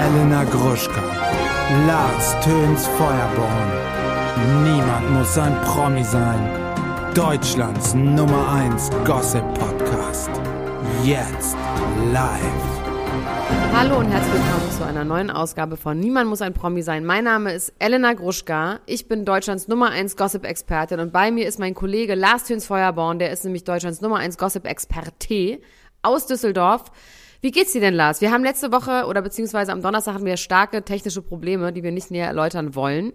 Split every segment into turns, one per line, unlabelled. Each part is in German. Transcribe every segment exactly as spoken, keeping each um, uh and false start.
Elena Gruschka, Lars Töns Feuerborn. Niemand muss ein Promi sein. Deutschlands Nummer eins Gossip-Podcast. Jetzt live.
Hallo und herzlich willkommen zu einer neuen Ausgabe von Niemand muss ein Promi sein. Mein Name ist Elena Gruschka. Ich bin Deutschlands Nummer eins Gossip-Expertin und bei mir ist mein Kollege Lars Töns Feuerborn. Der ist nämlich Deutschlands Nummer eins Gossip-Experte aus Düsseldorf. Wie geht's dir denn, Lars? Wir haben letzte Woche oder beziehungsweise am Donnerstag hatten wir starke technische Probleme, die wir nicht näher erläutern wollen.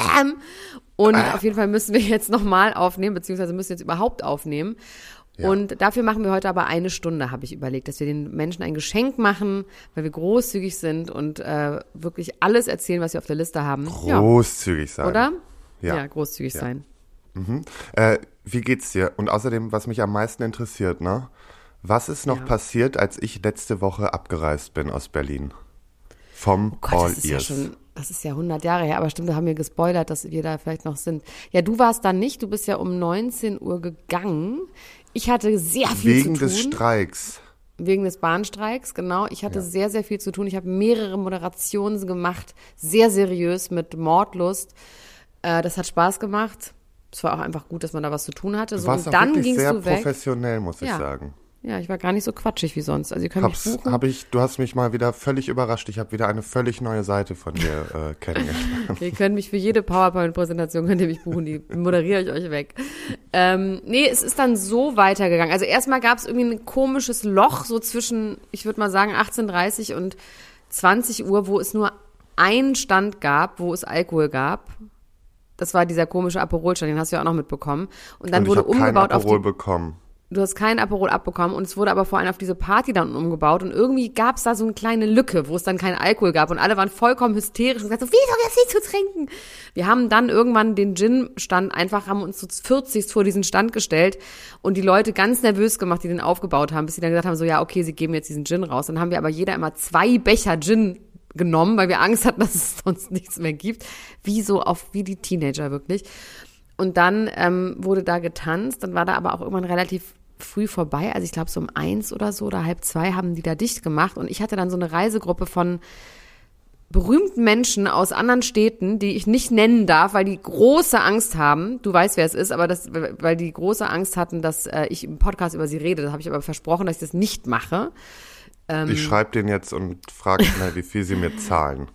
Und auf jeden Fall müssen wir jetzt nochmal aufnehmen, beziehungsweise müssen jetzt überhaupt aufnehmen. Ja. Und dafür machen wir heute aber eine Stunde, habe ich überlegt, dass wir den Menschen ein Geschenk machen, weil wir großzügig sind und äh, wirklich alles erzählen, was wir auf der Liste haben.
Großzügig
ja.
sein.
Oder?
Ja,
ja großzügig ja. sein.
Mhm. Äh, wie geht's dir? Und außerdem, was mich am meisten interessiert, ne? Was ist noch ja. passiert, als ich letzte Woche abgereist bin aus Berlin? Vom
oh Gott,
All
das ist
Ears.
Ja schon, das ist ja hundert Jahre her, aber stimmt, da haben wir gespoilert, dass wir da vielleicht noch sind. Ja, du warst da nicht, du bist ja um neunzehn Uhr gegangen. Ich hatte sehr viel
Wegen
zu tun.
des Streiks.
Wegen des Bahnstreiks, genau. Ich hatte
ja.
sehr, sehr viel zu tun. Ich habe mehrere Moderationen gemacht, sehr seriös, mit Mordlust. Äh, das hat Spaß gemacht. Es war auch einfach gut, dass man da was zu tun hatte. So,
du warst
und
auch
dann
wirklich
gingst
sehr
du weg.
professionell, muss
ja.
ich sagen.
Ja, ich war gar nicht so quatschig wie sonst. Also ihr könnt
Hab's,
mich buchen.
Hab ich, du hast mich mal wieder völlig überrascht. Ich habe wieder eine völlig neue Seite von dir äh, kennengelernt.
Ihr könnt mich für jede PowerPoint-Präsentation könnt ihr mich buchen, die moderiere ich euch weg. Ähm, nee, es ist dann so weitergegangen. Also erstmal gab es irgendwie ein komisches Loch, so zwischen, ich würde mal sagen, achtzehn Uhr dreißig und zwanzig Uhr, wo es nur einen Stand gab, wo es Alkohol gab. Das war dieser komische Aperol-Stand, den hast du ja auch noch mitbekommen. Und dann
und ich
wurde umgebaut
kein Aperol
auf die,
bekommen.
Du hast keinen Aperol abbekommen und es wurde aber vor allem auf diese Party dann umgebaut und irgendwie gab es da so eine kleine Lücke, wo es dann keinen Alkohol gab und alle waren vollkommen hysterisch und gesagt so, wieso gibt's nicht zu trinken? Wir haben dann irgendwann den Gin-Stand einfach, haben uns zu vierzig vor diesen Stand gestellt und die Leute ganz nervös gemacht, die den aufgebaut haben, bis sie dann gesagt haben, so ja, okay, sie geben jetzt diesen Gin raus. Dann haben wir aber jeder immer zwei Becher Gin genommen, weil wir Angst hatten, dass es sonst nichts mehr gibt. Wie so auf, wie die Teenager wirklich. Und dann ähm, wurde da getanzt, dann war da aber auch irgendwann relativ früh vorbei, also ich glaube so um eins oder so oder halb zwei haben die da dicht gemacht und ich hatte dann so eine Reisegruppe von berühmten Menschen aus anderen Städten, die ich nicht nennen darf, weil die große Angst haben, du weißt, wer es ist, aber das, weil die große Angst hatten, dass äh, ich im Podcast über sie rede, das habe ich aber versprochen, dass ich das nicht mache. Ähm,
ich schreibe denen jetzt und frage schnell, wie viel sie mir zahlen.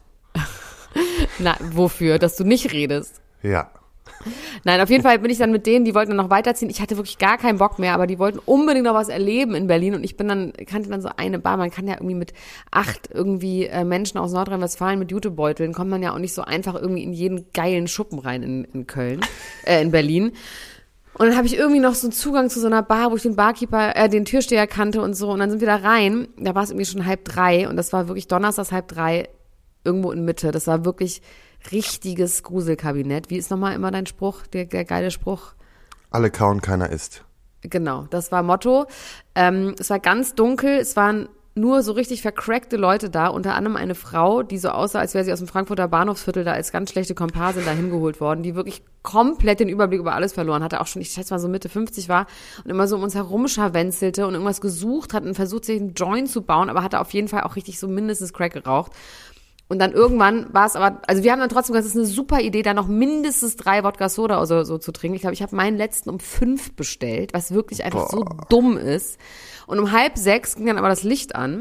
Na, wofür? Dass du nicht redest?
Ja.
Nein, auf jeden Fall bin ich dann mit denen, die wollten dann noch weiterziehen. Ich hatte wirklich gar keinen Bock mehr, aber die wollten unbedingt noch was erleben in Berlin und ich bin dann, kannte dann so eine Bar, man kann ja irgendwie mit acht irgendwie äh, Menschen aus Nordrhein-Westfalen mit Jutebeuteln, kommt man ja auch nicht so einfach irgendwie in jeden geilen Schuppen rein in, in Köln, äh, in Berlin. Und dann habe ich irgendwie noch so einen Zugang zu so einer Bar, wo ich den Barkeeper, äh, den Türsteher kannte und so und dann sind wir da rein, da war es irgendwie schon halb drei und das war wirklich donnerstags halb drei irgendwo in Mitte, das war wirklich richtiges Gruselkabinett. Wie ist nochmal immer dein Spruch, der, der geile Spruch?
Alle kauen, keiner isst.
Genau, das war Motto. Ähm, es war ganz dunkel, es waren nur so richtig vercrackte Leute da, unter anderem eine Frau, die so aussah, als wäre sie aus dem Frankfurter Bahnhofsviertel da als ganz schlechte Komparsin da hingeholt worden, die wirklich komplett den Überblick über alles verloren hatte, auch schon, ich schätze mal so Mitte fünfzig war und immer so um uns herum scharwenzelte und irgendwas gesucht hat und versucht, sich einen Joint zu bauen, aber hatte auf jeden Fall auch richtig so mindestens Crack geraucht. Und dann irgendwann war es aber, also wir haben dann trotzdem gesagt, es ist eine super Idee, da noch mindestens drei Wodka Soda oder so, so zu trinken. Ich glaube, ich habe meinen letzten um fünf bestellt, was wirklich einfach Boah. so dumm ist. Und um halb sechs ging dann aber das Licht an.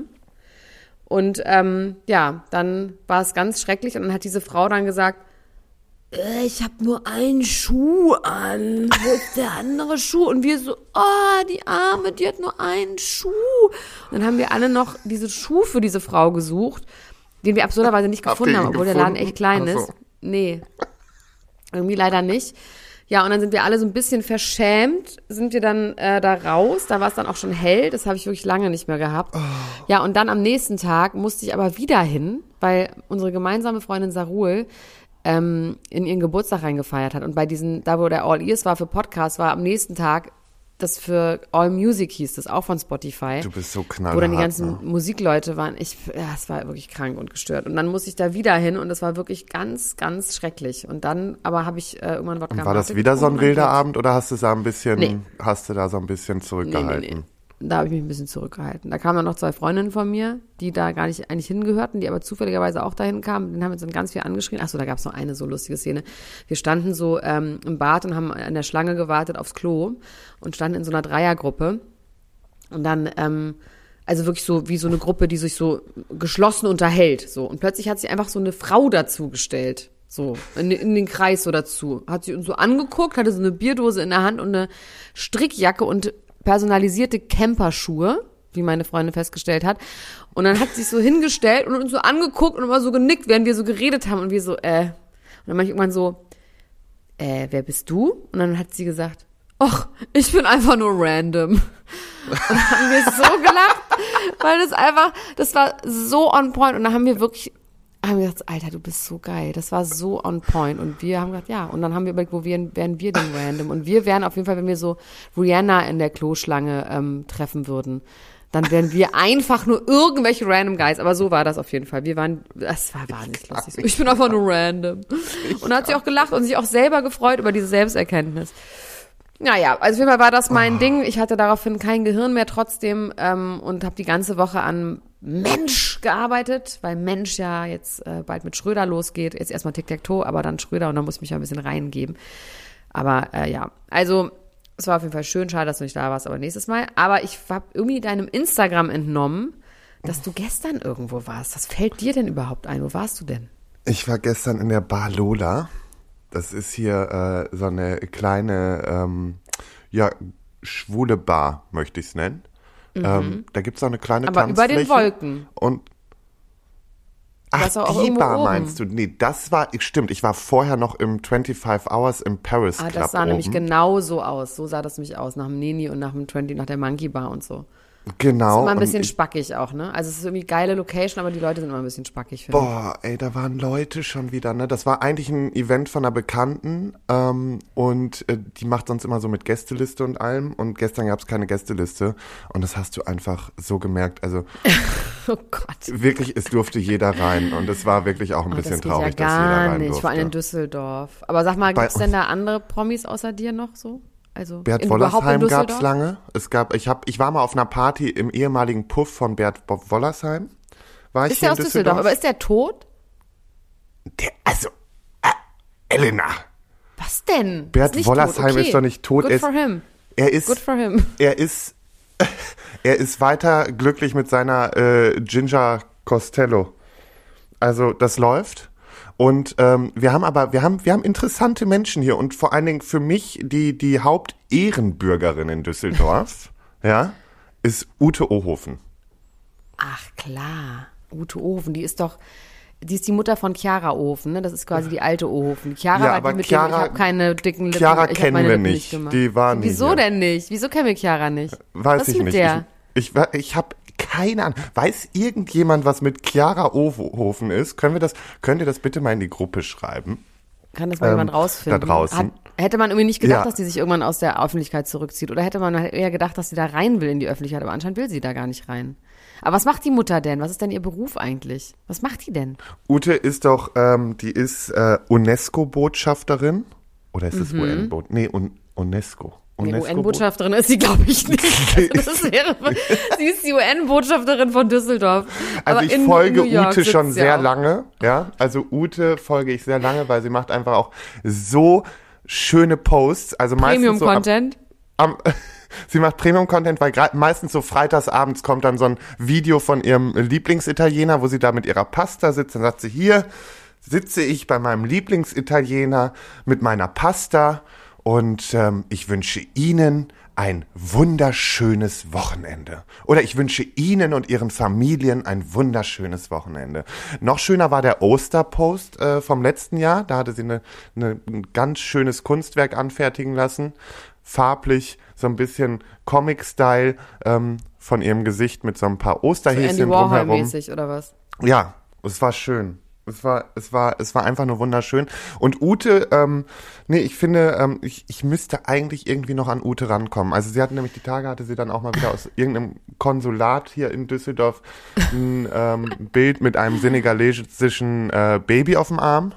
Und ähm, ja, dann war es ganz schrecklich. Und dann hat diese Frau dann gesagt, äh, ich habe nur einen Schuh an. Wo ist der andere Schuh? Und wir so, oh, die Arme, die hat nur einen Schuh. Und dann haben wir alle noch diese Schuh für diese Frau gesucht, den wir absurderweise nicht gefunden haben, obwohl gefunden? der Laden echt klein ist. So. Nee, irgendwie leider nicht. Ja, und dann sind wir alle so ein bisschen verschämt, sind wir dann äh, da raus. Da war es dann auch schon hell, das habe ich wirklich lange nicht mehr gehabt. Oh. Ja, und dann am nächsten Tag musste ich aber wieder hin, weil unsere gemeinsame Freundin Sarul ähm, in ihren Geburtstag reingefeiert hat. Und bei diesen, da wo der All Ears war für Podcast, war am nächsten Tag das für All Music hieß das, auch von Spotify.
Du bist so knallhart.
Wo dann die ganzen
ne?
Musikleute waren. Ich, ja, es war wirklich krank und gestört. Und dann musste ich da wieder hin und es war wirklich ganz, ganz schrecklich. Und dann, aber habe ich äh, irgendwann Wodka
War das wieder so ein wilder Abend oder hast du da ein bisschen,
nee.
hast du da so ein bisschen zurückgehalten?
Nee, nee, da habe ich mich ein bisschen zurückgehalten. Da kamen dann noch zwei Freundinnen von mir, die da gar nicht eigentlich hingehörten, die aber zufälligerweise auch dahin kamen. Den haben wir uns dann ganz viel angeschrien. Achso, da gab es noch eine so lustige Szene. Wir standen so ähm, im Bad und haben an der Schlange gewartet aufs Klo und standen in so einer Dreiergruppe. Und dann, ähm, also wirklich so wie so eine Gruppe, die sich so geschlossen unterhält. So. Und plötzlich hat sich einfach so eine Frau dazu gestellt. So, in, in den Kreis so dazu. Hat sie uns so angeguckt, hatte so eine Bierdose in der Hand und eine Strickjacke und personalisierte Camperschuhe, wie meine Freundin festgestellt hat. Und dann hat sie sich so hingestellt und uns so angeguckt und immer so genickt, während wir so geredet haben. Und wir so, äh. Und dann meinte ich irgendwann so, äh, wer bist du? Und dann hat sie gesagt, ach, ich bin einfach nur random. Und dann haben wir so gelacht, weil das einfach, das war so on point. Und dann haben wir wirklich, haben wir gedacht, Alter, du bist so geil. Das war so on point. Und wir haben gesagt, ja. Und dann haben wir überlegt, wo wir, wären wir denn random? Und wir wären auf jeden Fall, wenn wir so Rihanna in der Kloschlange ähm, treffen würden, dann wären wir einfach nur irgendwelche random Guys. Aber so war das auf jeden Fall. Wir waren, das war wahnsinnig lustig. Ich bin einfach nur random. Und dann hat sie auch gelacht und sich auch selber gefreut über diese Selbsterkenntnis. Naja, also auf jeden Fall war das mein oh. Ding. Ich hatte daraufhin kein Gehirn mehr trotzdem ähm, und habe die ganze Woche an Mensch gearbeitet, weil Mensch ja jetzt äh, bald mit Schröder losgeht. Jetzt erstmal Tic-Tac-Toe, aber dann Schröder und dann muss ich mich ja ein bisschen reingeben. Aber äh, ja, also es war auf jeden Fall schön. Schade, dass du nicht da warst, aber nächstes Mal. Aber ich habe irgendwie deinem Instagram entnommen, dass du gestern irgendwo warst. Was fällt dir denn überhaupt ein? Wo warst du denn?
Ich war gestern in der Bar Lola. Das ist hier äh, so eine kleine, ähm, ja, schwule Bar, möchte ich es nennen. Mhm. Ähm, da gibt es auch eine kleine
Aber
Tanzfläche.
über den Wolken.
Und ach, die Bar meinst du? Nee, das war, stimmt, ich war vorher noch im twenty-five Hours im Paris Club.
Ah, das sah
oben.
nämlich genau so aus. So sah das nämlich aus, nach dem Neni und nach dem zwanzig, nach der Monkey Bar und so.
Genau.
Das ist immer ein bisschen
ich,
spackig auch, ne? Also es ist irgendwie geile Location, aber die Leute sind immer ein bisschen spackig, finde ich.
Boah, ey, da waren Leute schon wieder, ne? Das war eigentlich ein Event von einer Bekannten ähm, und äh, die macht sonst immer so mit Gästeliste und allem und gestern gab es keine Gästeliste und das hast du einfach so gemerkt, also
oh Gott.
Wirklich, es durfte jeder rein und es war wirklich auch ein
oh,
bisschen
das
traurig,
ja
dass jeder rein
nicht,
durfte.
Vor allem in Düsseldorf. Aber sag mal, gibt's
Bei,
denn da andere Promis außer dir noch so? Also
Bert Wollersheim gab es lange. Es gab, ich hab, ich war mal auf einer Party im ehemaligen Puff von Bert Wollersheim. War ich
ist der aus Düsseldorf? Düsseldorf? Aber ist der tot?
Der, also, äh, Elena.
Was denn?
Bert ist Wollersheim okay. ist doch nicht tot.
Good
er ist,
for him.
Er ist,
Good for him.
Er ist, er ist weiter glücklich mit seiner äh, Ginger Costello. Also das läuft. Und ähm, wir haben aber, wir haben, wir haben interessante Menschen hier und vor allen Dingen für mich die die Hauptehrenbürgerin in Düsseldorf, ja, ist Ute Ohofen.
Ach klar, Ute Ohofen, die ist doch, die ist die Mutter von Chiara Ohofen, ne? Das ist quasi die alte Ohofen. Chiara
ja,
war
aber
die mit
Chiara,
dem, ich habe keine dicken Lippen.
Chiara
ich
kennen
meine
wir
Lippen
nicht.
nicht
Die war nie
Wieso
hier.
denn nicht? Wieso kennen wir Chiara nicht?
Weiß
Was
ich
mit
nicht.
Der?
Ich, ich, ich habe keine Ahnung. Weiß irgendjemand, was mit Chiara Ohofen ist? Können wir das, könnt ihr das bitte mal in die Gruppe schreiben?
Kann das mal ähm, jemand rausfinden?
Da draußen.
Hat, hätte man irgendwie nicht gedacht,
ja.
dass die sich irgendwann aus der Öffentlichkeit zurückzieht? Oder hätte man eher gedacht, dass sie da rein will in die Öffentlichkeit? Aber anscheinend will sie da gar nicht rein. Aber was macht die Mutter denn? Was ist denn ihr Beruf eigentlich? Was macht die denn?
Ute ist doch, ähm, die ist äh, UNESCO-Botschafterin. Oder ist es mhm. U N-Botschafterin? Nee, Un- UNESCO.
Nee, U N-Botschafterin ist sie, glaube ich, nicht. Also das wäre, sie ist die U N-Botschafterin von Düsseldorf.
Also
aber
ich
in
folge
New York
Ute schon sehr
auch.
lange, ja. Also Ute folge ich sehr lange, weil sie macht einfach auch so schöne Posts. Also meistens
Premium-Content?
So am, am, sie macht Premium-Content, weil gerade meistens so freitagsabends kommt dann so ein Video von ihrem Lieblingsitaliener, wo sie da mit ihrer Pasta sitzt. Dann sagt sie, hier sitze ich bei meinem Lieblingsitaliener mit meiner Pasta. Und ähm, ich wünsche Ihnen ein wunderschönes Wochenende. Oder ich wünsche Ihnen und Ihren Familien ein wunderschönes Wochenende. Noch schöner war der Osterpost äh, vom letzten Jahr. Da hatte sie eine, eine, ein ganz schönes Kunstwerk anfertigen lassen. Farblich, so ein bisschen Comic-Style ähm, von ihrem Gesicht mit so ein paar Osterhäschen
so Andy
drumherum.
Warhol-mäßig oder was?
Ja, es war schön. Es war, es war, es war einfach nur wunderschön. Und Ute, ähm, nee, ich finde, ähm, ich, ich müsste eigentlich irgendwie noch an Ute rankommen. Also sie hatte nämlich die Tage, hatte sie dann auch mal wieder aus irgendeinem Konsulat hier in Düsseldorf ein ähm, Bild mit einem senegalesischen äh, Baby auf dem Arm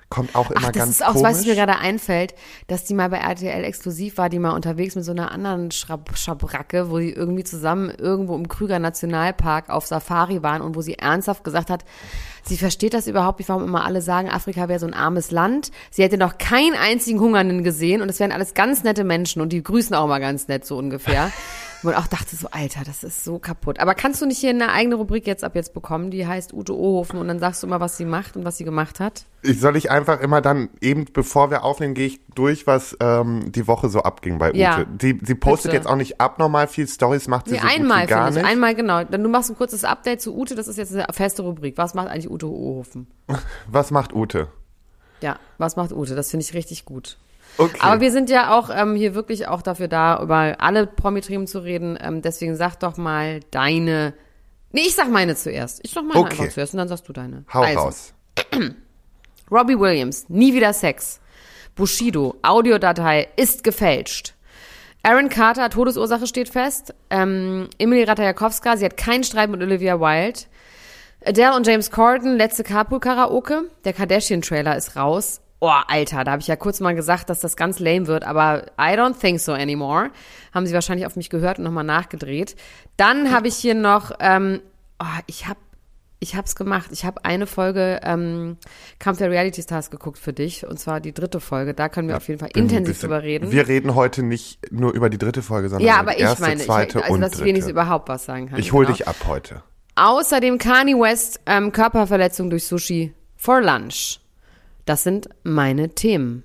kommt auch immer
Ach, das
ganz
ist auch,
komisch.
weißt du, mir gerade einfällt, dass die mal bei R T L exklusiv war, die mal unterwegs mit so einer anderen Schrab Schabracke, wo die irgendwie zusammen irgendwo im Krüger Nationalpark auf Safari waren und wo sie ernsthaft gesagt hat, sie versteht das überhaupt nicht, warum immer alle sagen, Afrika wäre so ein armes Land. Sie hätte noch keinen einzigen Hungernden gesehen und es wären alles ganz nette Menschen und die grüßen auch mal ganz nett, so ungefähr. Und auch dachte so, Alter, das ist so kaputt. Aber kannst du nicht hier eine eigene Rubrik jetzt ab jetzt bekommen, die heißt Ute Ohofen und dann sagst du immer, was sie macht und was sie gemacht hat?
Ich soll ich einfach immer dann, eben bevor wir aufnehmen, gehe ich durch, was ähm, die Woche so abging bei Ute.
Ja,
die, sie postet
bitte.
jetzt auch nicht abnormal viel Stories, macht sie
Nee,
so gut
einmal
wie gar
finde ich,
nicht.
einmal genau. Dann du machst ein kurzes Update zu Ute, das ist jetzt eine feste Rubrik. Was macht eigentlich Ute Ohofen?
Was macht Ute?
Ja, was macht Ute? Das finde ich richtig gut.
Okay.
Aber wir sind ja auch ähm, hier wirklich auch dafür da, über alle Promi-Themen zu reden. Ähm, deswegen sag doch mal deine. Nee, ich sag meine zuerst. Ich sag meine
Okay.
einfach zuerst und dann sagst du deine.
Hau
also,
raus.
Robbie Williams, nie wieder Sex. Bushido, Audiodatei ist gefälscht. Aaron Carter, Todesursache steht fest. Ähm, Emily Ratajkowska, sie hat keinen Streit mit Olivia Wilde. Adele und James Corden, letzte Carpool-Karaoke. Der Kardashian-Trailer ist raus. Oh, Alter, da habe ich ja kurz mal gesagt, dass das ganz lame wird, aber I don't think so anymore. Haben sie wahrscheinlich auf mich gehört und nochmal nachgedreht. Dann habe ich hier noch, ähm, oh, ich habe ich hab's gemacht. Ich habe eine Folge ähm, Kampf der Reality Stars geguckt für dich, und zwar die dritte Folge. Da können wir auf jeden Fall
Bin ein
intensiv
bisschen-
drüber reden.
Wir reden heute nicht nur über die dritte Folge, sondern
ja,
über
aber
die
ich
erste,
meine, ich,
zweite
also
und
dass ich wenigstens
dritte.
überhaupt was sagen kann.
Ich hol
genau.
dich ab heute.
Außerdem Kanye West, ähm, Körperverletzung durch Sushi for Lunch. Das sind meine Themen.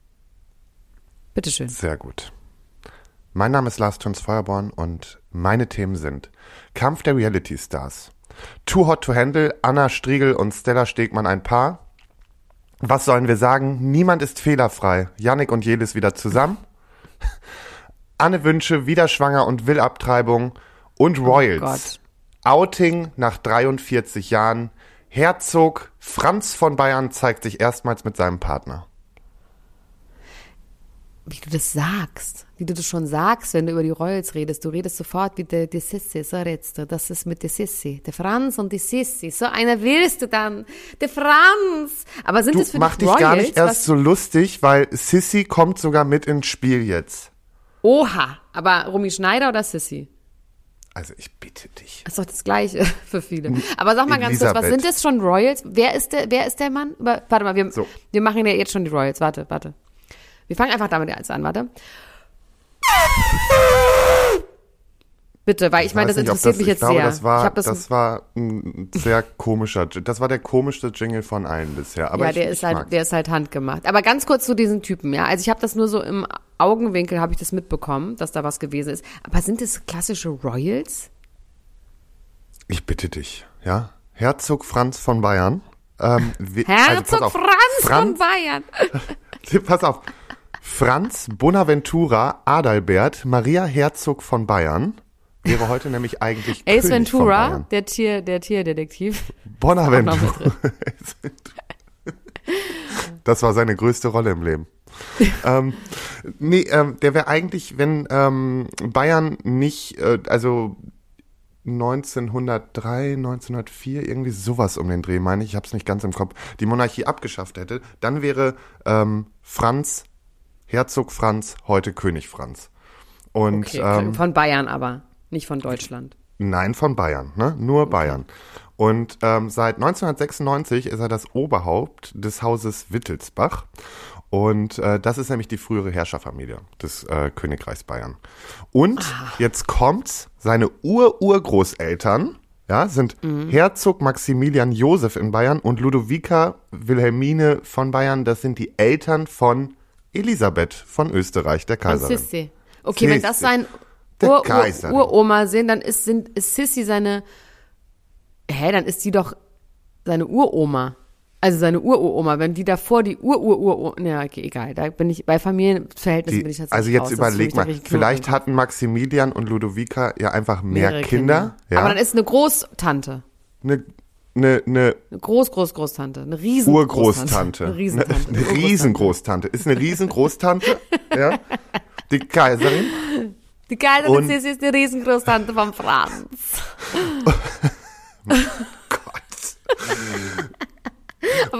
Bitteschön.
Sehr gut. Mein Name ist Lars Töns Feuerborn und meine Themen sind Kampf der Reality Stars, Too Hot to Handle, Anna Striegel und Stella Stegmann ein Paar. Was sollen wir sagen? Niemand ist fehlerfrei. Yannick und Jelis wieder zusammen. Anne Wünsche, wieder schwanger und will Abtreibung. Und Royals.
Gott.
Outing nach dreiundvierzig Jahren. Herzog Franz von Bayern zeigt sich erstmals mit seinem Partner.
Wie du das sagst, wie du das schon sagst, wenn du über die Royals redest. Du redest sofort wie der, der Sissi, so redest du. Das ist mit der Sissi. Der Franz und die Sissi. So einer willst du dann. Der Franz. Aber sind
Du,
das für
mach
dich
dich
Royals?
gar nicht erst
Was?
so lustig, weil Sissy kommt sogar mit ins Spiel jetzt.
Oha. Aber Romy Schneider oder Sissi?
Also ich bitte dich.
Das ist doch das Gleiche für viele. Aber sag mal ganz kurz, was
Elisabeth.
sind das schon Royals? Wer ist der, wer ist der Mann? Über, warte mal, wir,
So.
wir machen ja jetzt schon die Royals. Warte, warte. Wir fangen einfach damit jetzt an, warte. Bitte, weil ich meine, das
weiß nicht, ob
interessiert mich
ich
jetzt
glaube,
sehr.
Das war,
ich hab das,
das war ein sehr komischer, das war der komischste Jingle von allen bisher. Aber
ja,
ich,
der
ich
ist halt,
mag's.
der ist halt handgemacht. Aber ganz kurz zu diesen Typen, ja. Also ich habe das nur so im Augenwinkel, habe ich das mitbekommen, dass da was gewesen ist. Aber sind das klassische Royals?
Ich bitte dich, ja. Herzog Franz von Bayern. Ähm, we-
Herzog
also pass auf,
Franz, von Bayern.
Pass auf. Franz Bonaventura Adalbert Maria Herzog von Bayern wäre heute nämlich eigentlich
Ace
König von
Ventura,
Bayern.
der Tier, der Tierdetektiv.
Bonaventura. Das war seine größte Rolle im Leben. ähm, nee, ähm, der wäre eigentlich, wenn ähm, Bayern nicht, äh, also neunzehnhundertdrei, neunzehnhundertvier, irgendwie sowas um den Dreh, meine ich, ich habe es nicht ganz im Kopf, die Monarchie abgeschafft hätte, dann wäre ähm, Franz, Herzog Franz, heute König Franz. Und
Okay,
ähm,
von Bayern aber, nicht von Deutschland.
Nein, von Bayern, ne? Nur Bayern. Und ähm, seit neunzehnhundertsechsundneunzig ist er das Oberhaupt des Hauses Wittelsbach. Und äh, das ist nämlich die frühere Herrscherfamilie des äh, Königreichs Bayern. Und
Ah.
jetzt kommt's, seine Ur-Urgroßeltern, ja, sind
Mhm.
Herzog Maximilian Joseph in Bayern und Ludovica Wilhelmine von Bayern. Das sind die Eltern von Elisabeth von Österreich, der
Und
Kaiserin.
Sissi. Okay, wenn das
Sissi.
sein
Der
Ur, Ur,
Kaiserin.
Uroma sind, dann ist, sind, ist Sissi seine, hä, dann ist die doch seine Uroma. Also seine Ururoma, wenn die davor die Ur-Ur-Ur, ja, okay, egal, da bin ich, bei Familienverhältnissen
Die,
bin ich tatsächlich
also jetzt
raus. Das
überleg
ist für
mal,
mich da
vielleicht
richtig
hatten Maximilian und Ludovica ja einfach mehr
mehrere
Kinder. Ja,
Aber dann ist eine Großtante.
eine, eine, eine
Eine Groß, Groß, Großtante. Eine riesen
Urgroßtante.
Eine Riesentante.
Eine, eine Riesengroßtante. Ist eine Riesengroßtante, ja. Die Kaiserin.
Die Kaiserin
Und-
Sissi ist die Riesengroßtante von Franz.
Gott.
Aber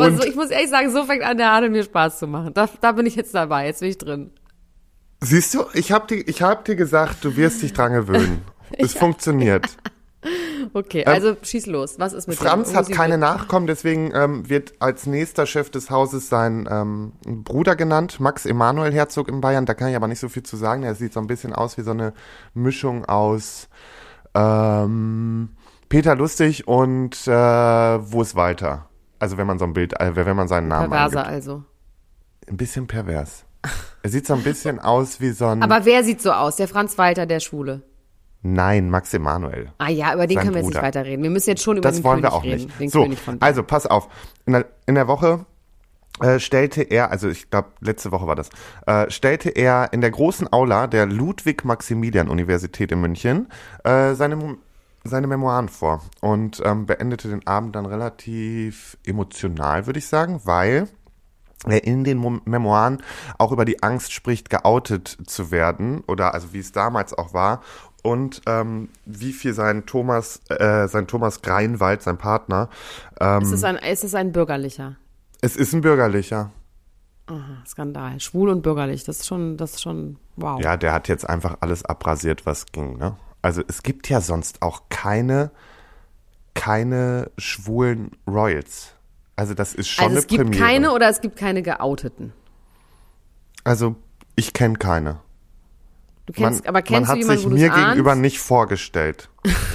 Aber
Und
so, ich muss ehrlich sagen, so fängt an, der an, mir Spaß zu machen. Da, da bin ich jetzt dabei, jetzt bin ich drin.
siehst du, ich habe dir, ich hab dir gesagt, du wirst dich dran gewöhnen. Es funktioniert.
Okay, also schieß los. Was ist mit
Franz
dem?
hat keine Nachkommen, deswegen ähm, wird als nächster Chef des Hauses sein ähm, Bruder genannt, Max Emanuel Herzog in Bayern. Da kann ich aber nicht so viel zu sagen. Er sieht so ein bisschen aus wie so eine Mischung aus ähm, Peter Lustig und äh, wo ist weiter? Also wenn man so ein Bild, äh, wenn man seinen Namen
Perverser
angibt.
also.
Ein bisschen pervers. Er sieht so ein bisschen aus wie so ein...
Aber wer sieht so aus? Der Franz Walter, der Schwule.
Nein, Max Emanuel.
Ah ja, über den
Sein
können wir jetzt
Bruder.
nicht weiterreden. Wir müssen jetzt schon über
Das
den
wollen
König
wir auch
reden.
nicht.
Den
So,
König von Bayern.
also pass auf. In der, in der Woche äh, stellte er, also ich glaube letzte Woche war das, äh, stellte er in der großen Aula der Ludwig-Maximilian-Universität in München äh, seine, seine Memoiren vor und ähm, beendete den Abend dann relativ emotional, würde ich sagen, weil er in den Mom- Memoiren auch über die Angst spricht, geoutet zu werden oder also wie es damals auch war. Und ähm, wie viel sein Thomas, äh, sein Thomas Greinwald, sein Partner. Ähm,
ist, es ein, ist es ein bürgerlicher?
es ist ein bürgerlicher.
Aha, Skandal. Schwul und bürgerlich, das ist schon, das ist schon, wow.
Ja, der hat jetzt einfach alles abrasiert, was ging. Ne? Also es gibt ja sonst auch keine, keine schwulen Royals. Also das ist schon
also es
eine
gibt
Premiere.
keine oder es gibt keine Geouteten?
Also ich kenne keine.
Du kennst,
man,
aber kennst
man
du
hat
jemanden,
sich
wo du
mir
es ahnst?
gegenüber nicht vorgestellt.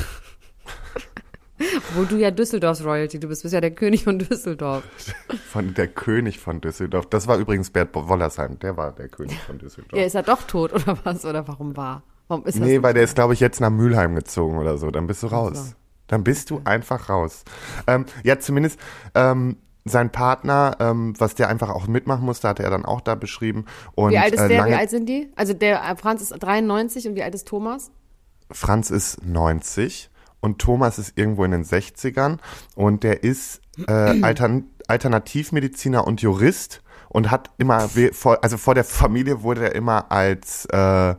Wo du ja Düsseldorfs Royalty, du bist, bist ja der König von Düsseldorf.
Von der König von Düsseldorf. Das war übrigens Bert Wollersheim. Der war der König von Düsseldorf.
Ja, ist er doch tot oder was? Oder warum war? Warum ist das
Nee,
nicht
weil der
so?
ist, glaube ich, jetzt nach Mülheim gezogen oder so. Dann bist du raus.
so.
Dann bist du einfach raus. Ähm, ja, zumindest ähm, sein Partner, ähm, was der einfach auch mitmachen musste, hatte er dann auch da beschrieben. Und,
Wie alt ist
äh,
der?
lange,
Wie alt sind die? Also der äh, Franz ist dreiundneunzig und wie alt ist Thomas?
Franz ist neunzig und Thomas ist irgendwo in den sechzigern und der ist äh, Altern- Alternativmediziner und Jurist und hat immer, we- vor, also vor der Familie wurde er immer als äh,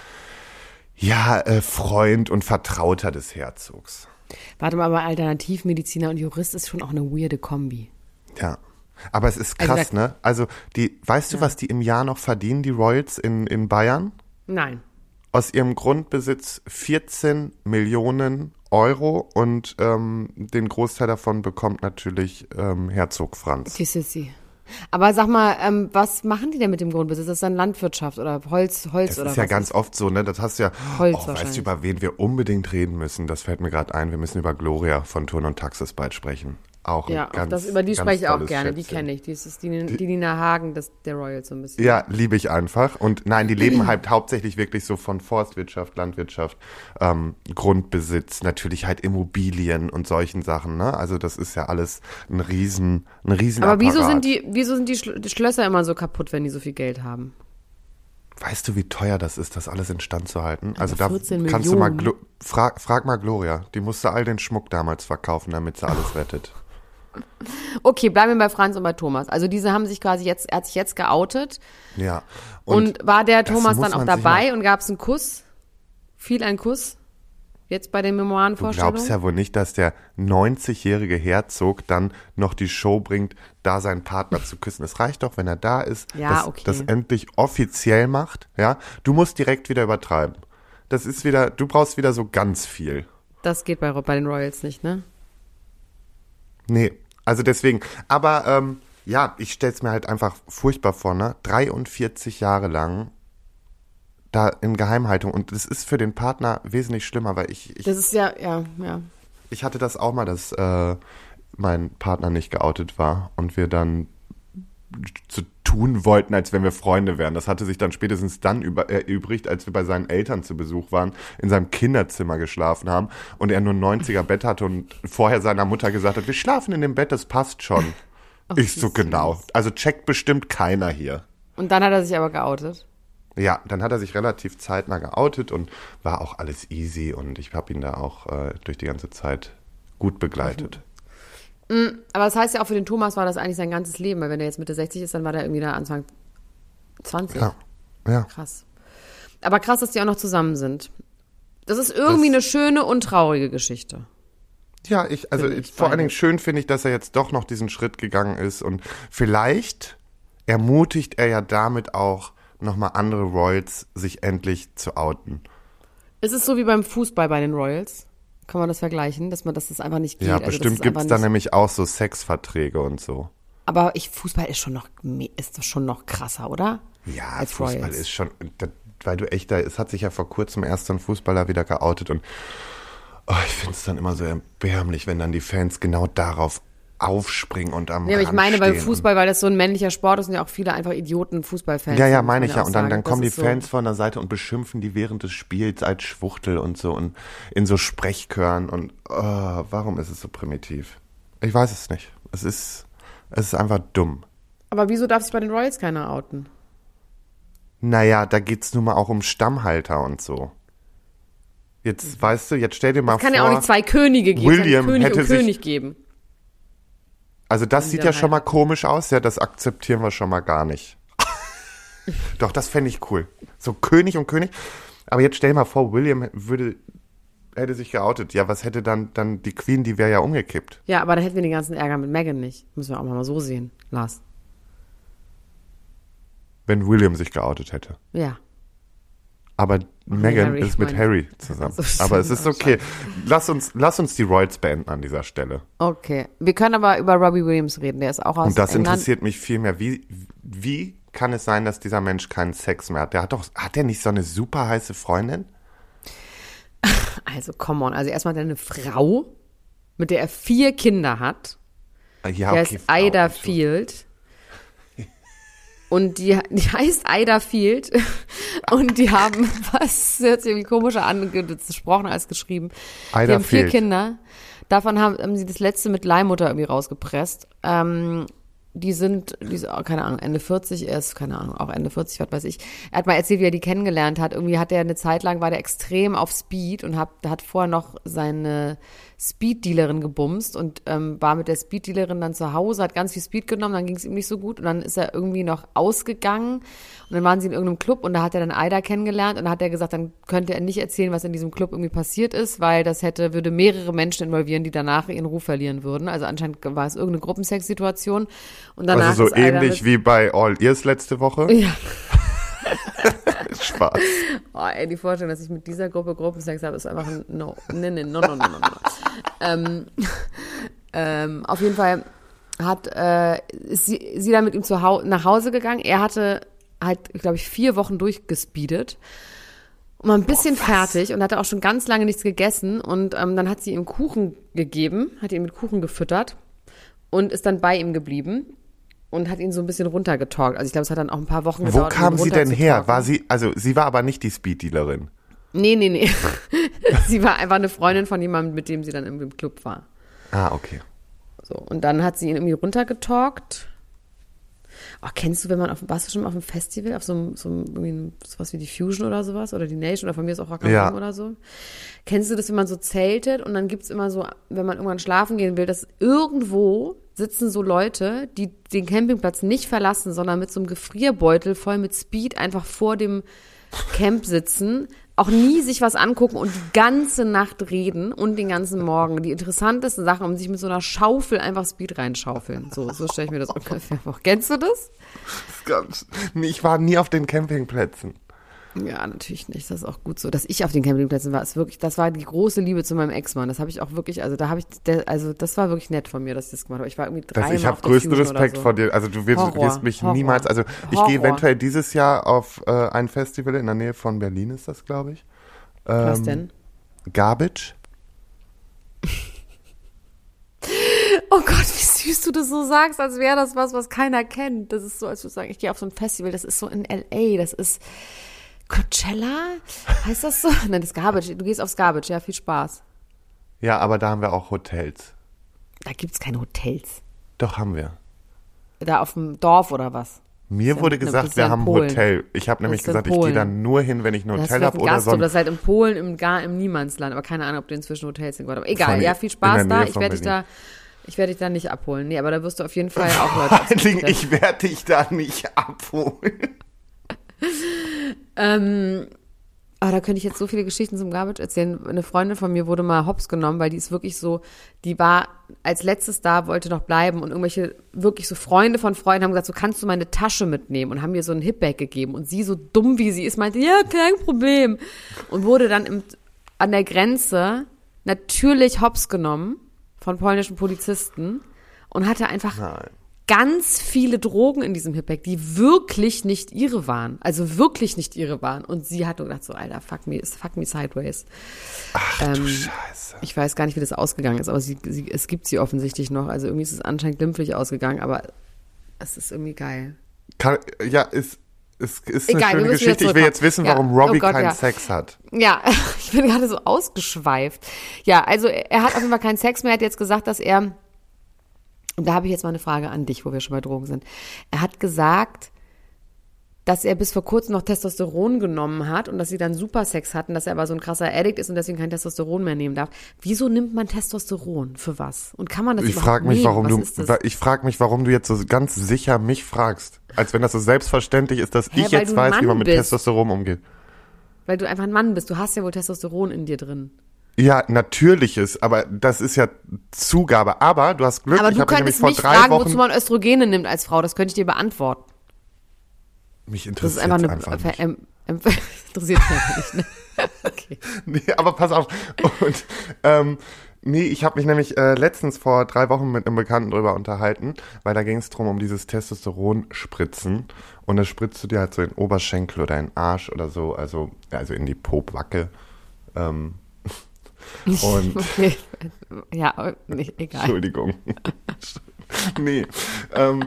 ja, äh, Freund und Vertrauter des Herzogs.
Warte mal, aber Alternativmediziner und Jurist ist schon auch eine weirde Kombi.
Ja, aber es ist
Also
krass,
da-
ne? Also die, weißt du, was die im Jahr noch verdienen, die Royals in, in Bayern?
Nein.
Aus ihrem Grundbesitz vierzehn Millionen Euro und ähm, den Großteil davon bekommt natürlich ähm, Herzog Franz.
Die Sissi. Aber sag mal, ähm, was machen die denn mit dem Grundbesitz? Das ist dann Landwirtschaft oder Holz, Holz
Das
oder
ist ja
was?
ganz oft so, ne? Das hast du ja.
Holz
Oh, weißt
wahrscheinlich.
du, über wen wir unbedingt reden müssen? Das fällt mir gerade ein. Wir müssen über Gloria von Turn und Taxis bald sprechen. Auch ein
Ja,
ganz,
das, über die
ganz
spreche ich auch
tolles
gerne. Die
Schätzchen.
kenne ich. Die ist die, die Nina Hagen des, der Royals so ein bisschen.
Ja, liebe ich einfach. Und nein, die leben halt hauptsächlich wirklich so von Forstwirtschaft, Landwirtschaft, ähm, Grundbesitz, natürlich halt Immobilien und solchen Sachen. Ne? Also das ist ja alles ein riesen, ein riesen
Aber wieso
Apparat.
sind die, wieso sind die, Schl die Schlösser immer so kaputt, wenn die so viel Geld haben?
Weißt du, wie teuer das ist, das alles instand zu halten? Also da
vierzehn
kannst du mal,
Millionen.
Glo frag, frag mal Gloria. Die musste all den Schmuck damals verkaufen, damit sie alles rettet.
Okay, bleiben wir bei Franz und bei Thomas. Also diese haben sich quasi jetzt, er hat sich jetzt geoutet.
Ja.
Und, war der
das
Thomas
muss
dann auch
man sich
dabei
mal-
und gab es einen Kuss? Fiel ein Kuss? Jetzt bei den
Du
Memoirenvorstellungen?
glaubst ja wohl nicht, dass der neunzigjährige Herzog dann noch die Show bringt, da seinen Partner zu küssen. Es reicht doch, wenn er da ist,
Ja,
dass
okay.
das endlich offiziell macht. Ja, du musst direkt wieder übertreiben. Das ist wieder, du brauchst wieder so ganz viel.
Das geht bei, bei den Royals nicht, ne?
Nee, also deswegen. Aber ähm, ja, ich stell's mir halt einfach furchtbar vor, ne? dreiundvierzig Jahre lang da in Geheimhaltung. Und das ist für den Partner wesentlich schlimmer, weil ich, ich
Das ist ja, ja, ja.
Ich hatte das auch mal, dass äh, mein Partner nicht geoutet war und wir dann zu tun wollten, als wenn wir Freunde wären. Das hatte sich dann spätestens dann über, erübrigt, als wir bei seinen Eltern zu Besuch waren, in seinem Kinderzimmer geschlafen haben und er nur ein neunziger Bett hatte und vorher seiner Mutter gesagt hat, wir schlafen in dem Bett, das passt schon. Ich so, genau. Also checkt bestimmt keiner hier.
Und dann hat er sich aber geoutet.
Ja, dann hat er sich relativ zeitnah geoutet und war auch alles easy und ich habe ihn da auch äh, durch die ganze Zeit gut begleitet.
Aber das heißt ja auch für den Thomas war das eigentlich sein ganzes Leben, weil wenn er jetzt Mitte sechzig ist, dann war der irgendwie da Anfang zwanzig.
Ja, ja.
Krass. Aber krass, dass die auch noch zusammen sind. Das ist irgendwie eine schöne und traurige Geschichte.
Ja, ich, also
Finde ich
vor allen
beide.
Dingen schön finde ich, dass er jetzt doch noch diesen Schritt gegangen ist und vielleicht ermutigt er ja damit auch nochmal andere Royals, sich endlich zu outen.
Ist es so wie beim Fußball bei den Royals? Kann man das vergleichen, dass man, dass das einfach nicht geht?
Ja,
Also,
bestimmt
das ist
gibt es
einfach
da
nicht-
nämlich auch so Sexverträge und so.
Aber ich, Fußball ist schon noch, me- ist doch schon noch krasser, oder?
Ja,
Als
Fußball
Royals.
ist schon, da, weil du echt da, es hat sich ja vor kurzem erst so ein Fußballer wieder geoutet und oh, ich finde es dann immer so erbärmlich, wenn dann die Fans genau darauf aufspringen und am
Ja, aber ich
Rand
meine beim
stehen
Fußball, weil das so ein männlicher Sport ist, sind ja auch viele einfach Idioten Fußballfans.
Ja, ja,
muss
meine
man
ich ja.
auch
Und dann,
sagen.
dann kommen die
Das ist
Fans
so,
von der Seite und beschimpfen die während des Spiels als Schwuchtel und so und in so Sprechchören und oh, warum ist es so primitiv? Ich weiß es nicht. Es ist, es ist einfach dumm.
Aber wieso darf sich bei den Royals keiner outen?
Naja, da geht's nun mal auch um Stammhalter und so. Jetzt, weißt du, jetzt stell dir mal
Es kann
vor.
ja auch nicht zwei Könige geben.
William
es kann König
hätte
und
sich-
König geben.
Also das
die
sieht
dann
ja schon mal
heiraten.
komisch aus, ja, das akzeptieren wir schon mal gar nicht. Doch, das fände ich cool. So König und König. Aber jetzt stell dir mal vor, William würde, hätte sich geoutet. Ja, was hätte dann, dann die Queen, die wäre ja umgekippt.
Ja, aber dann hätten wir den ganzen Ärger mit Meghan nicht. Müssen wir auch mal so sehen, Lars.
Wenn William sich geoutet hätte.
Ja.
Aber Meghan
Harry,
ist mit
meine-
Harry zusammen.
Ach so,
Aber es
stimmt,
ist
auch
okay. Lass uns, lass uns die Royals beenden an dieser Stelle.
Okay. Wir können aber über Robbie Williams reden. Der ist auch aus
Und das
England.
interessiert mich viel mehr. Wie, wie kann es sein, dass dieser Mensch keinen Sex mehr hat? Der hat doch, hat der nicht so eine super heiße Freundin?
Also, come on. Also, erstmal hat er eine Frau, mit der er vier Kinder hat.
Ja,
Der
okay.
ist
Frau,
Ida
Entschuldigung.
Field. Und die, die heißt Ida Field. Und die haben, was hört sich irgendwie komischer an, gesprochen als geschrieben.
Ida
die haben vier
Field.
Kinder. Davon haben, haben sie das letzte mit Leihmutter irgendwie rausgepresst. Ähm, die sind, die ist, auch, keine Ahnung, Ende vierzig, er ist, keine Ahnung, auch Ende vierzig, was weiß ich. Er hat mal erzählt, wie er die kennengelernt hat. Irgendwie hat er eine Zeit lang, war der extrem auf Speed und hat, hat vorher noch seine Speed-Dealerin gebumst und ähm, war mit der Speed-Dealerin dann zu Hause, hat ganz viel Speed genommen, dann ging es ihm nicht so gut und dann ist er irgendwie noch ausgegangen und dann waren sie in irgendeinem Club und da hat er dann Ida kennengelernt und da hat er gesagt, dann könnte er nicht erzählen, was in diesem Club irgendwie passiert ist, weil das hätte, würde mehrere Menschen involvieren, die danach ihren Ruf verlieren würden. Also anscheinend war es irgendeine Gruppensexsituation und danach
Also so
ist Ida
ähnlich
mit,
wie bei All Ears letzte Woche.
ja.
Spaß.
Oh, ey, die Vorstellung, dass ich mit dieser Gruppe Gruppensex habe, ist einfach ein No. Nee, nee, no, no, no, no, no. ähm, ähm, auf jeden Fall hat äh, ist sie, sie dann mit ihm zu Hau- nach Hause gegangen. Er hatte halt, glaube ich, vier Wochen durchgespeedet. Und war ein bisschen fertig und hatte auch schon ganz lange nichts gegessen. Und ähm, dann hat sie ihm Kuchen gegeben, hat ihn mit Kuchen gefüttert und ist dann bei ihm geblieben. Und hat ihn so ein bisschen runtergetalkt. Also ich glaube, es hat dann auch ein paar Wochen
Wo
gedauert. um
kam
ihn
sie denn her?
runterzutalken.
War sie, also sie war aber nicht die Speed-Dealerin.
Nee, nee, nee. Sie war einfach eine Freundin von jemandem, mit dem sie dann im Club war.
Ah, okay.
So, und dann hat sie ihn irgendwie runtergetalkt. Oh, kennst du, wenn man auf, warst du schon mal auf einem Festival, auf so einem, so einem irgendwie sowas wie die Fusion oder sowas? Oder die Nation oder von mir ist auch Rock am
Ja.
Ring oder so? Kennst du das, wenn man so zeltet und dann gibt's immer so, wenn man irgendwann schlafen gehen will, dass irgendwo sitzen so Leute, die den Campingplatz nicht verlassen, sondern mit so einem Gefrierbeutel voll mit Speed einfach vor dem Camp sitzen, auch nie sich was angucken und die ganze Nacht reden und den ganzen Morgen. Die interessantesten Sachen, um sich mit so einer Schaufel einfach Speed reinschaufeln. So, so stelle ich mir das ungefähr vor. Kennst du das?
Das ist ganz, nee, ich war nie auf den Campingplätzen.
Ja, natürlich nicht. Das ist auch gut so. Dass ich auf den Campingplätzen war, ist wirklich, das war die große Liebe zu meinem Ex-Mann. Das habe ich auch wirklich, also da habe ich, der, also das war wirklich nett von mir, dass ich das gemacht habe. Ich war irgendwie
Das,
dreimal
ich habe
auf der
größten
Fusion
Respekt
oder so.
vor dir. Also du wirst,
Horror,
wirst mich
Horror.
niemals, also ich
Horror.
gehe eventuell dieses Jahr auf äh, ein Festival in der Nähe von Berlin, ist das, glaube ich. Ähm,
Was denn?
Garbage.
Oh Gott, wie süß du das so sagst, als wäre das was, was keiner kennt. Das ist so, als würde ich sagen, ich gehe auf so ein Festival, das ist so in L A, das ist Coachella? Heißt das so? Nein, das ist Garbage. Du gehst aufs Garbage, ja, viel Spaß.
Ja, aber da haben wir auch Hotels.
Da gibt's keine Hotels.
Doch, haben wir.
Da auf dem Dorf oder was?
Mir
ja-
wurde
das
gesagt,
ist
wir
ja in
haben ein
Polen.
Hotel. Ich habe nämlich
ist in
gesagt, ich gehe
Polen.
dann nur hin, wenn ich ein
Das ist
Hotel
vielleicht
habe
ein
oder so.
Gasthof,
ein-
das ist halt in Polen, im, gar im Niemandsland, aber keine Ahnung, ob du inzwischen Hotels hingehört. Aber egal,
Von-
ja, viel
in
Spaß
der
da.
Nähe
Ich
von
werde dich da,
Berlin.
ich werde dich da nicht abholen. Nee, aber da wirst du auf jeden Fall auch
Vor
Leute
allen Dingen,
treffen.
ich werde dich da nicht abholen.
Ähm, Ah, da könnte ich jetzt so viele Geschichten zum Garbage erzählen. Eine Freundin von mir wurde mal hops genommen, weil die ist wirklich so, die war als letztes da, wollte noch bleiben und irgendwelche wirklich so Freunde von Freunden haben gesagt, so kannst du meine Tasche mitnehmen und haben mir so ein Hipbag gegeben und sie so dumm wie sie ist, meinte, ja, kein Problem und wurde dann im, an der Grenze natürlich hops genommen von polnischen Polizisten und hatte einfach
Nein.
ganz viele Drogen in diesem Hipbag, die wirklich nicht ihre waren. Also wirklich nicht ihre waren. Und sie hat nur gedacht so, Alter, fuck me, fuck me sideways.
Ach
ähm,
du Scheiße.
Ich weiß gar nicht, wie das ausgegangen ist, aber sie, sie, es gibt sie offensichtlich noch. Also irgendwie ist es anscheinend glimpflich ausgegangen, aber es ist irgendwie geil.
Kann, ja, ist, ist, ist
Egal,
eine
wir
schöne
müssen
Geschichte.
wieder
Ich will jetzt wissen,
Ja.
warum Robbie
Oh Gott,
keinen
ja.
Sex hat.
Ja, ich bin gerade so ausgeschweift. Ja, also er hat auf jeden Fall keinen Sex mehr. Er hat jetzt gesagt, dass er, und da habe ich jetzt mal eine Frage an dich, wo wir schon bei Drogen sind. Er hat gesagt, dass er bis vor kurzem noch Testosteron genommen hat und dass sie dann super Sex hatten, dass er aber so ein krasser Addict ist und deswegen kein Testosteron mehr nehmen darf. Wieso nimmt man Testosteron? Für was? Und kann man das
Ich
überhaupt
frage mich,
nehmen?
warum
Was
du,
ist das?
wa- ich frage mich, warum du jetzt so ganz sicher mich fragst. Als wenn das so selbstverständlich ist, dass
Hä,
ich
weil
jetzt
du ein
weiß, wie
Mann
man mit
bist.
Testosteron umgeht.
Weil du einfach ein Mann bist. Du hast ja wohl Testosteron in dir drin.
Ja, natürliches, aber das ist ja Zugabe. Aber du hast Glück,
Aber
ich
du
habe mich nämlich
könntest
vor
mich
drei
fragen,
Wochen.
wozu man Östrogene nimmt als Frau. Das könnte ich dir beantworten.
Mich
Das ist
interessiert
einfach eine.
einfach
Ver-
nicht.
ähm, ähm, interessiert mich einfach nicht. Ne? Okay.
Nee, aber pass auf. Und, ähm, nee, ich habe mich nämlich äh, letztens vor drei Wochen mit einem Bekannten drüber unterhalten, weil da ging es drum um dieses Testosteron-Spritzen. Und das spritzt du dir halt so in den Oberschenkel oder in den Arsch oder so, also, also in die Popwacke. Ähm, und
Okay. Ja, nee, egal.
Entschuldigung. nee. Ähm,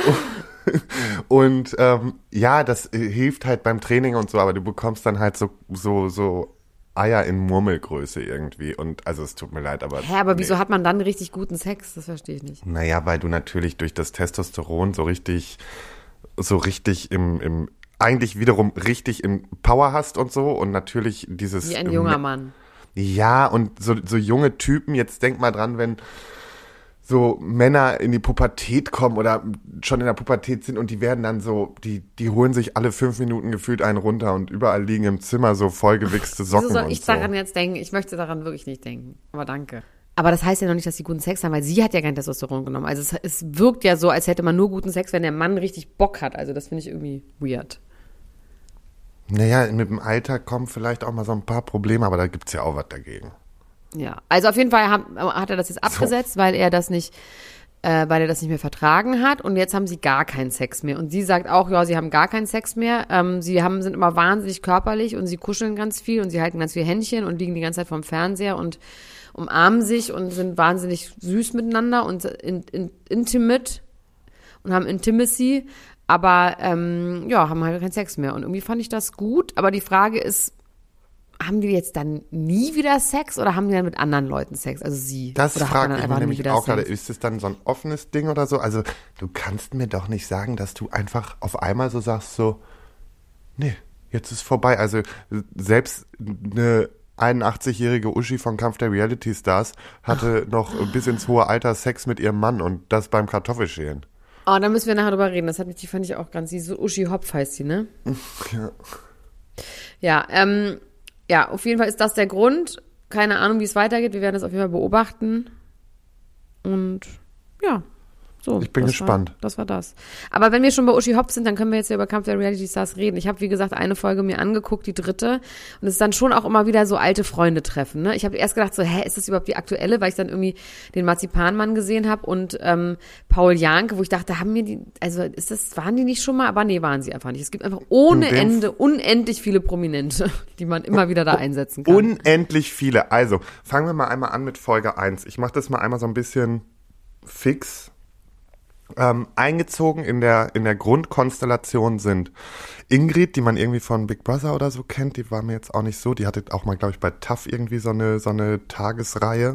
und ähm, ja, das äh, hilft halt beim Training und so, aber du bekommst dann halt so, so, so Eier in Murmelgröße irgendwie. Und also es tut mir leid, aber.
Hä, aber wieso
nee.
hat man dann richtig guten Sex? Das verstehe ich nicht.
Naja, weil du natürlich durch das Testosteron so richtig, so richtig im, im, eigentlich wiederum richtig im Power hast und so und natürlich dieses.
Wie ein junger Mann.
Ja, und so, so junge Typen, jetzt denk mal dran, wenn so Männer in die Pubertät kommen oder schon in der Pubertät sind und die werden dann so, die, die holen sich alle fünf Minuten gefühlt einen runter und überall liegen im Zimmer so vollgewichste Socken
Wieso soll
und
ich
so.
daran jetzt denken? Ich möchte daran wirklich nicht denken. Aber danke. Aber das heißt ja noch nicht, dass sie guten Sex haben, weil sie hat ja kein Testosteron genommen. Also es, es wirkt ja so, als hätte man nur guten Sex, wenn der Mann richtig Bock hat. Also das finde ich irgendwie weird.
Naja, mit dem Alter kommen vielleicht auch mal so ein paar Probleme, aber da gibt's ja auch was dagegen.
Ja, also auf jeden Fall hat, hat er das jetzt abgesetzt, weil er das nicht, äh, weil er das nicht mehr vertragen hat und jetzt haben sie gar keinen Sex mehr. Und sie sagt auch, ja, sie haben gar keinen Sex mehr. Ähm, sie haben, sind immer wahnsinnig körperlich und sie kuscheln ganz viel und sie halten ganz viel Händchen und liegen die ganze Zeit vorm Fernseher und umarmen sich und sind wahnsinnig süß miteinander und in, in, intimate und haben Intimacy, aber ähm, ja, haben halt keinen Sex mehr. Und irgendwie fand ich das gut, aber die Frage ist, haben die jetzt dann nie wieder Sex oder haben die dann mit anderen Leuten Sex? Also sie.
Das
oder hat man
frage
dann
ich
einfach
mich
nie
nämlich
wieder
auch gerade.
Sex?
Ist es dann so ein offenes Ding oder so? Also du kannst mir doch nicht sagen, dass du einfach auf einmal so sagst so, nee, jetzt ist vorbei. Also selbst eine einundachtzigjährige Uschi von Kampf der Reality Stars hatte noch bis ins hohe Alter Sex mit ihrem Mann und das beim Kartoffelschälen.
Oh, da müssen wir nachher drüber reden. Das hat mich, die fand ich auch ganz, die so Uschi Hopf heißt die, ne?
Ja.
Ja, ähm, ja, auf jeden Fall ist das der Grund. Keine Ahnung, wie es weitergeht. Wir werden das auf jeden Fall beobachten. Und ja, so.
Ich bin
das
gespannt.
War, das war das. Aber wenn wir schon bei Uschi Hopf sind, dann können wir jetzt ja über Kampf der Reality Stars reden. Ich habe, wie gesagt, eine Folge mir angeguckt, die dritte. Und es ist dann schon auch immer wieder so alte Freunde treffen. Ne? Ich habe erst gedacht so, hä, ist das überhaupt die aktuelle? Weil ich dann irgendwie den Marzipanmann gesehen habe und ähm, Paul Janke, wo ich dachte, haben wir die, also ist das, waren die nicht schon mal? Aber nee, waren sie einfach nicht. Es gibt einfach ohne
In dem
Ende unendlich viele Prominente, die man immer wieder da einsetzen kann.
Unendlich viele. Also, fangen wir mal einmal an mit Folge eins. Ich mache das mal einmal so ein bisschen fix. Ähm, eingezogen in der, in der Grundkonstellation sind Ingrid, die man irgendwie von Big Brother oder so kennt, die war mir jetzt auch nicht so, die hatte auch mal, glaube ich, bei T A F irgendwie so eine, so eine Tagesreihe.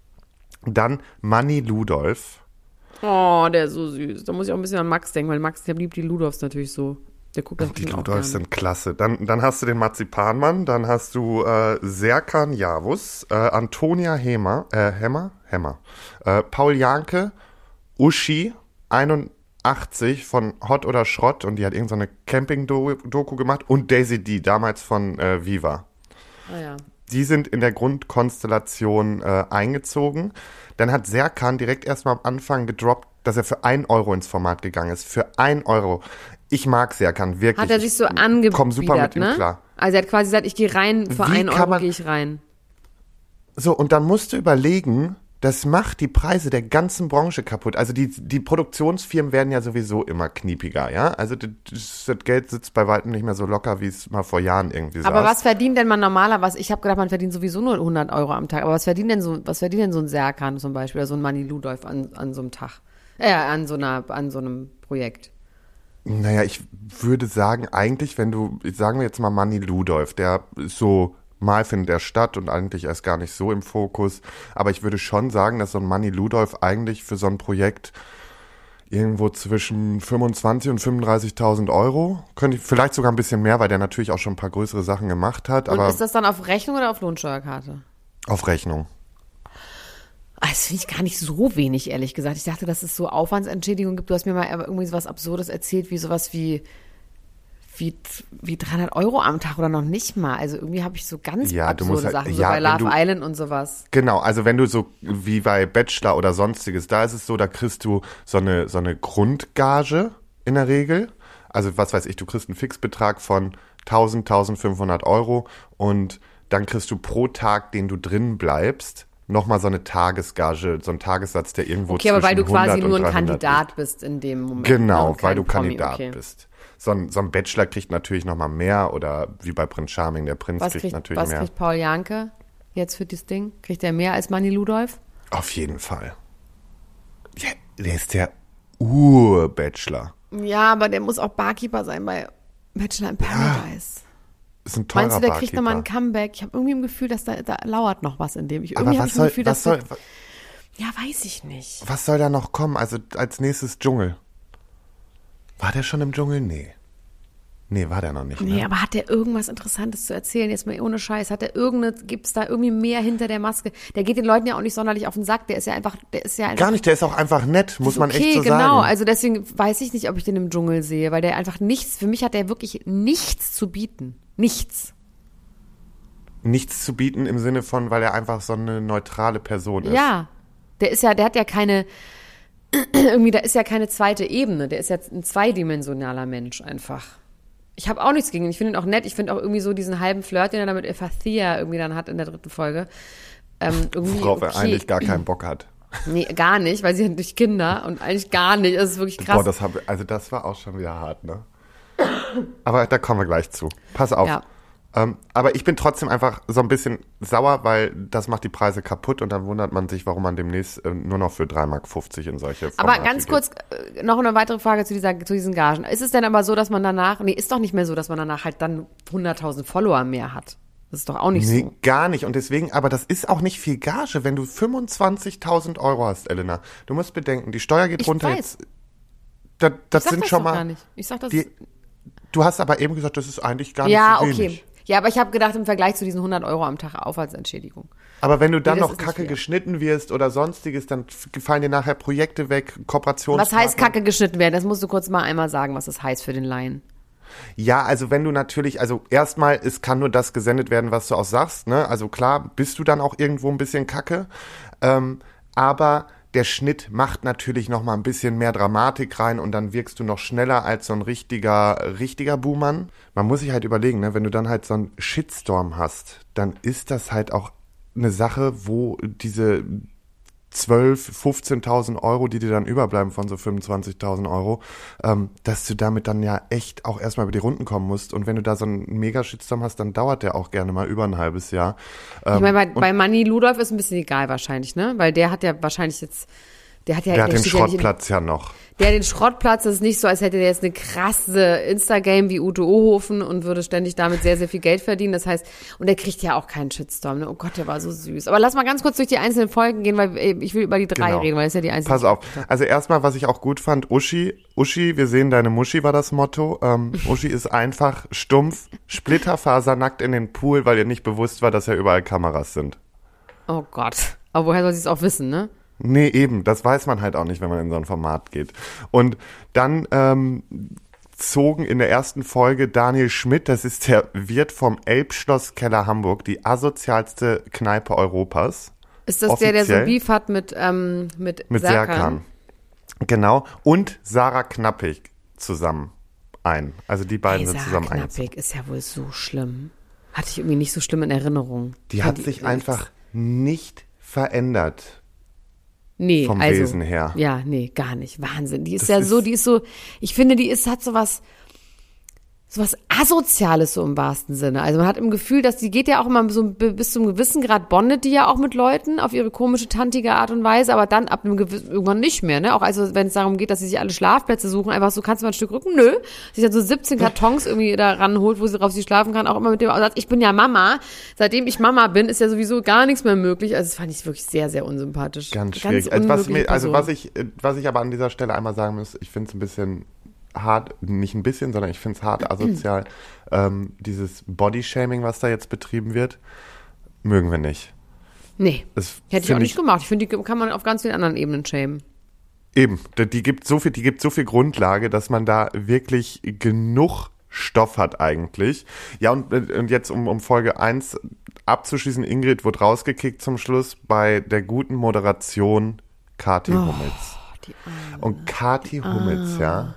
Dann Manni Ludolf.
Oh, der ist so süß. Da muss ich auch ein bisschen an Max denken, weil Max, der liebt die Ludolfs natürlich so. Der guckt das
Die
bestimmt auch
Ludolfs
gerne.
sind klasse. Dann, dann hast du den Marzipanmann, dann hast du äh, Serkan Yavuz, äh, Antonia Hemmer, äh, Hemmer, Hemmer, äh, Paul Janke, Uschi, achtzig von Hot oder Schrott und die hat irgendeine so Camping-Doku gemacht und Daisy D, damals von äh, Viva.
Ah ja.
Die sind in der Grundkonstellation äh, eingezogen. Dann hat Serkan direkt erstmal am Anfang gedroppt, dass er für ein Euro ins Format gegangen ist. Für ein Euro. Ich mag Serkan, wirklich.
Hat er sich so angebiedert,
komm super mit ihm
ne?
klar.
Also er hat quasi gesagt, ich gehe rein, für
Wie
ein
kann
Euro
man-
gehe ich rein.
So, und dann musst du überlegen, das macht die Preise der ganzen Branche kaputt. Also die, die Produktionsfirmen werden ja sowieso immer kniepiger, ja? Also das, das Geld sitzt bei weitem nicht mehr so locker, wie es mal vor Jahren irgendwie saß.
Aber was verdient denn man normaler, was ich habe gedacht, man verdient sowieso nur hundert Euro am Tag. Aber was verdient denn so, was verdient denn so ein Serkan zum Beispiel oder so ein Mani Ludolf an, an so einem Tag? Äh, an so einer, an so einem Projekt.
Naja, ich würde sagen, eigentlich, wenn du, sagen wir jetzt mal Mani Ludolf, der ist so mal findet er statt und eigentlich erst gar nicht so im Fokus. Aber ich würde schon sagen, dass so ein Mani Ludolf eigentlich für so ein Projekt irgendwo zwischen fünfundzwanzigtausend und fünfunddreißigtausend Euro, könnte ich, vielleicht sogar ein bisschen mehr, weil der natürlich auch schon ein paar größere Sachen gemacht hat.
Und
Aber
ist das dann auf Rechnung oder auf Lohnsteuerkarte?
auf Rechnung.
Ah, Das finde ich gar nicht so wenig, ehrlich gesagt. Ich dachte, dass es so Aufwandsentschädigung gibt. Du hast mir mal irgendwie so was Absurdes erzählt, wie sowas wie, wie, wie dreihundert Euro am Tag oder noch nicht mal. Also irgendwie habe ich so ganz
Ja, du
absurde
musst halt-
Sachen, so
ja,
bei
wenn
Love
du-
Island und sowas.
Genau, also wenn du so wie bei Bachelor oder sonstiges, da ist es so, da kriegst du so eine, so eine Grundgage in der Regel. Also was weiß ich, du kriegst einen Fixbetrag von tausend, tausendfünfhundert Euro und dann kriegst du pro Tag, den du drin bleibst, nochmal so eine Tagesgage, so ein Tagessatz, der irgendwo
Okay, aber weil du
zwischen
quasi
hundert und
nur ein
dreihundert
Kandidat bist in dem Moment.
Genau,
und
weil
kein
du
Promi,
Kandidat
okay.
bist. So ein, so ein Bachelor kriegt natürlich nochmal mehr oder wie bei Prinz Charming, der Prinz
Was
kriegt,
kriegt,
natürlich
was
mehr.
kriegt Paul Janke jetzt für das Ding? Kriegt er mehr als Mani Ludolf?
Auf jeden Fall. Ja, der ist der Ur-Bachelor.
Ja, aber der muss auch Barkeeper sein bei Bachelor in Paradise.
Ist ein teurer
Meinst du, der
Barkeeper.
kriegt nochmal ein Comeback? Ich habe irgendwie im Gefühl, dass da, da lauert noch was in dem. Ich,
Aber
irgendwie habe
was
ich
soll,
ein Gefühl,
was,
dass
soll,
das, ja, weiß ich nicht.
was soll da noch kommen? Also als nächstes Dschungel. War der schon im Dschungel? Nee. Nee, war der noch nicht.
Nee,
Ne?
aber hat der irgendwas Interessantes zu erzählen? Jetzt mal ohne Scheiß. Hat der irgendeine, gibt's da irgendwie mehr hinter der Maske? Der geht den Leuten ja auch nicht sonderlich auf den Sack. Der ist ja einfach, der ist ja einfach.
Gar nicht, der ist auch einfach nett, muss man
okay,
echt so
genau.
sagen.
Also deswegen weiß ich nicht, ob ich den im Dschungel sehe, weil der einfach nichts, für mich hat der wirklich nichts zu bieten. Nichts.
Nichts zu bieten im Sinne von, weil er einfach so eine neutrale Person ist.
Ja. Der ist ja, der hat ja keine, irgendwie, da ist ja keine zweite Ebene. Der ist ja ein zweidimensionaler Mensch einfach. Ich habe auch nichts gegen ihn. Ich finde ihn auch nett. Ich finde auch irgendwie so diesen halben Flirt, den er da mit Ephathia irgendwie dann hat in der dritten Folge. Ähm, irgendwie
Worauf
okay.
er eigentlich gar keinen Bock hat.
Nee, gar nicht, weil sie sind durch Kinder und eigentlich gar nicht. Das ist wirklich krass.
Boah, das hab, also das war auch schon wieder hart, ne? Aber da kommen wir gleich zu. Pass auf.
Ja.
Ähm, aber ich bin trotzdem einfach so ein bisschen sauer, weil das macht die Preise kaputt und dann wundert man sich, warum man demnächst äh, nur noch für drei Mark fünfzig in solche Formate
Aber ganz
geht.
kurz, äh, noch eine weitere Frage zu, dieser, zu diesen Gagen. Ist es denn aber so, dass man danach, nee, ist doch nicht mehr so, dass man danach halt dann hunderttausend Follower mehr hat. Das ist doch auch nicht
Nee,
so.
gar nicht. Und deswegen, aber das ist auch nicht viel Gage, wenn du fünfundzwanzigtausend Euro hast, Elena. Du musst bedenken, die Steuer geht
Ich
runter
weiß.
jetzt. Da, das
Ich sag
sind
das
schon
doch
mal.
gar nicht. Ich sag das.
Die, du hast aber eben gesagt, das ist eigentlich gar
Ja,
nicht so
okay.
wenig.
Ja, aber ich habe gedacht, im Vergleich zu diesen hundert Euro am Tag Aufwandsentschädigung.
Aber wenn du dann
Nee, das
noch
ist nicht
kacke
viel.
geschnitten wirst oder sonstiges, dann f- fallen dir nachher Projekte weg,
Was
Kooperationspartner.
heißt Kacke geschnitten werden? Das musst du kurz mal einmal sagen, was das heißt für den Laien.
Ja, also wenn du natürlich, also erstmal, es kann nur das gesendet werden, was du auch sagst, ne? Also klar, bist du dann auch irgendwo ein bisschen kacke, ähm, aber der Schnitt macht natürlich noch mal ein bisschen mehr Dramatik rein und dann wirkst du noch schneller als so ein richtiger, richtiger Buhmann. Man muss sich halt überlegen, ne? Wenn du dann halt so einen Shitstorm hast, dann ist das halt auch eine Sache, wo diese zwölf, fünfzehntausend Euro, die dir dann überbleiben von so fünfundzwanzigtausend Euro, ähm, dass du damit dann ja echt auch erstmal über die Runden kommen musst. Und wenn du da so einen Mega-Shitstorm hast, dann dauert der auch gerne mal über ein halbes Jahr. Ähm,
Ich meine, bei, bei Mani Ludolf ist ein bisschen egal wahrscheinlich, ne? Weil der hat ja wahrscheinlich jetzt, der hat ja,
der hat den
steht ja nicht im-
Schrottplatz ja noch.
Der hat den Schrottplatz, das ist nicht so, als hätte der jetzt eine krasse Insta-Game wie Ute Ohofen und würde ständig damit sehr, sehr viel Geld verdienen. Das heißt, und der kriegt ja auch keinen Shitstorm, ne? Oh Gott, der war so süß. Aber lass mal ganz kurz durch die einzelnen Folgen gehen, weil ich will über die drei
Genau.
reden, weil das ist ja die einzige.
Pass auf. Also erstmal, was ich auch gut fand, Uschi, Uschi, wir sehen deine Muschi, war das Motto. Ähm, Uschi ist einfach stumpf, splitterfasernackt in den Pool, weil ihr nicht bewusst war, dass ja überall Kameras sind.
Oh Gott. Aber woher soll sie es auch wissen, ne?
Nee, eben, das weiß man halt auch nicht, wenn man in so ein Format geht. Und dann ähm, zogen in der ersten Folge Daniel Schmidt, das ist der Wirt vom Elbschloss Keller Hamburg, die asozialste Kneipe Europas.
Ist das
offiziell,
der, der so Beef hat mit, ähm, mit,
mit
Serkan?
Serkan? Genau, und Sarah Knappig zusammen ein. Also die beiden
Hey,
sind
Sarah
zusammen
Knappig
eingezogen.
ist ja wohl so schlimm. Hatte ich irgendwie nicht so schlimm in Erinnerung.
Die hat sich einfach nicht verändert.
Nee,
vom
also,
Wesen her.
Ja, nee, gar nicht. Wahnsinn. Die ist
Das
ja
ist-
so, die ist so, ich finde, die ist, hat sowas, sowas Asoziales so im wahrsten Sinne. Also man hat im Gefühl, dass die geht ja auch immer so bis zum gewissen Grad, bondet die ja auch mit Leuten auf ihre komische, tantige Art und Weise, aber dann ab einem gewissen, irgendwann nicht mehr, ne? Auch also, wenn es darum geht, dass sie sich alle Schlafplätze suchen, einfach so, kannst du mal ein Stück rücken? Nö. Sich dann so siebzehn Kartons irgendwie da ranholt, wo sie drauf sie schlafen kann, auch immer mit dem Aussatz, ich bin ja Mama. Seitdem ich Mama bin, ist ja sowieso gar nichts mehr möglich. Also das fand ich wirklich sehr, sehr unsympathisch.
Ganz schwierig. Also, was,
unmögliche
mir, also
Person.
was, ich, was ich aber an dieser Stelle einmal sagen muss, ich finde es ein bisschen hart, nicht ein bisschen, sondern ich finde es hart asozial, ähm, dieses Bodyshaming, was da jetzt betrieben wird, mögen wir nicht.
Nee,
Das
hätte ich
find
auch nicht gemacht. Ich finde, die kann man auf ganz vielen anderen Ebenen schämen.
Eben, die, die gibt so viel, die gibt so viel Grundlage, dass man da wirklich genug Stoff hat eigentlich. Ja, und, und jetzt um, um Folge eins abzuschließen, Ingrid wurde rausgekickt zum Schluss bei der guten Moderation Kathi
Oh,
Hummels.
die Arme.
Und Kathi Hummels, ja.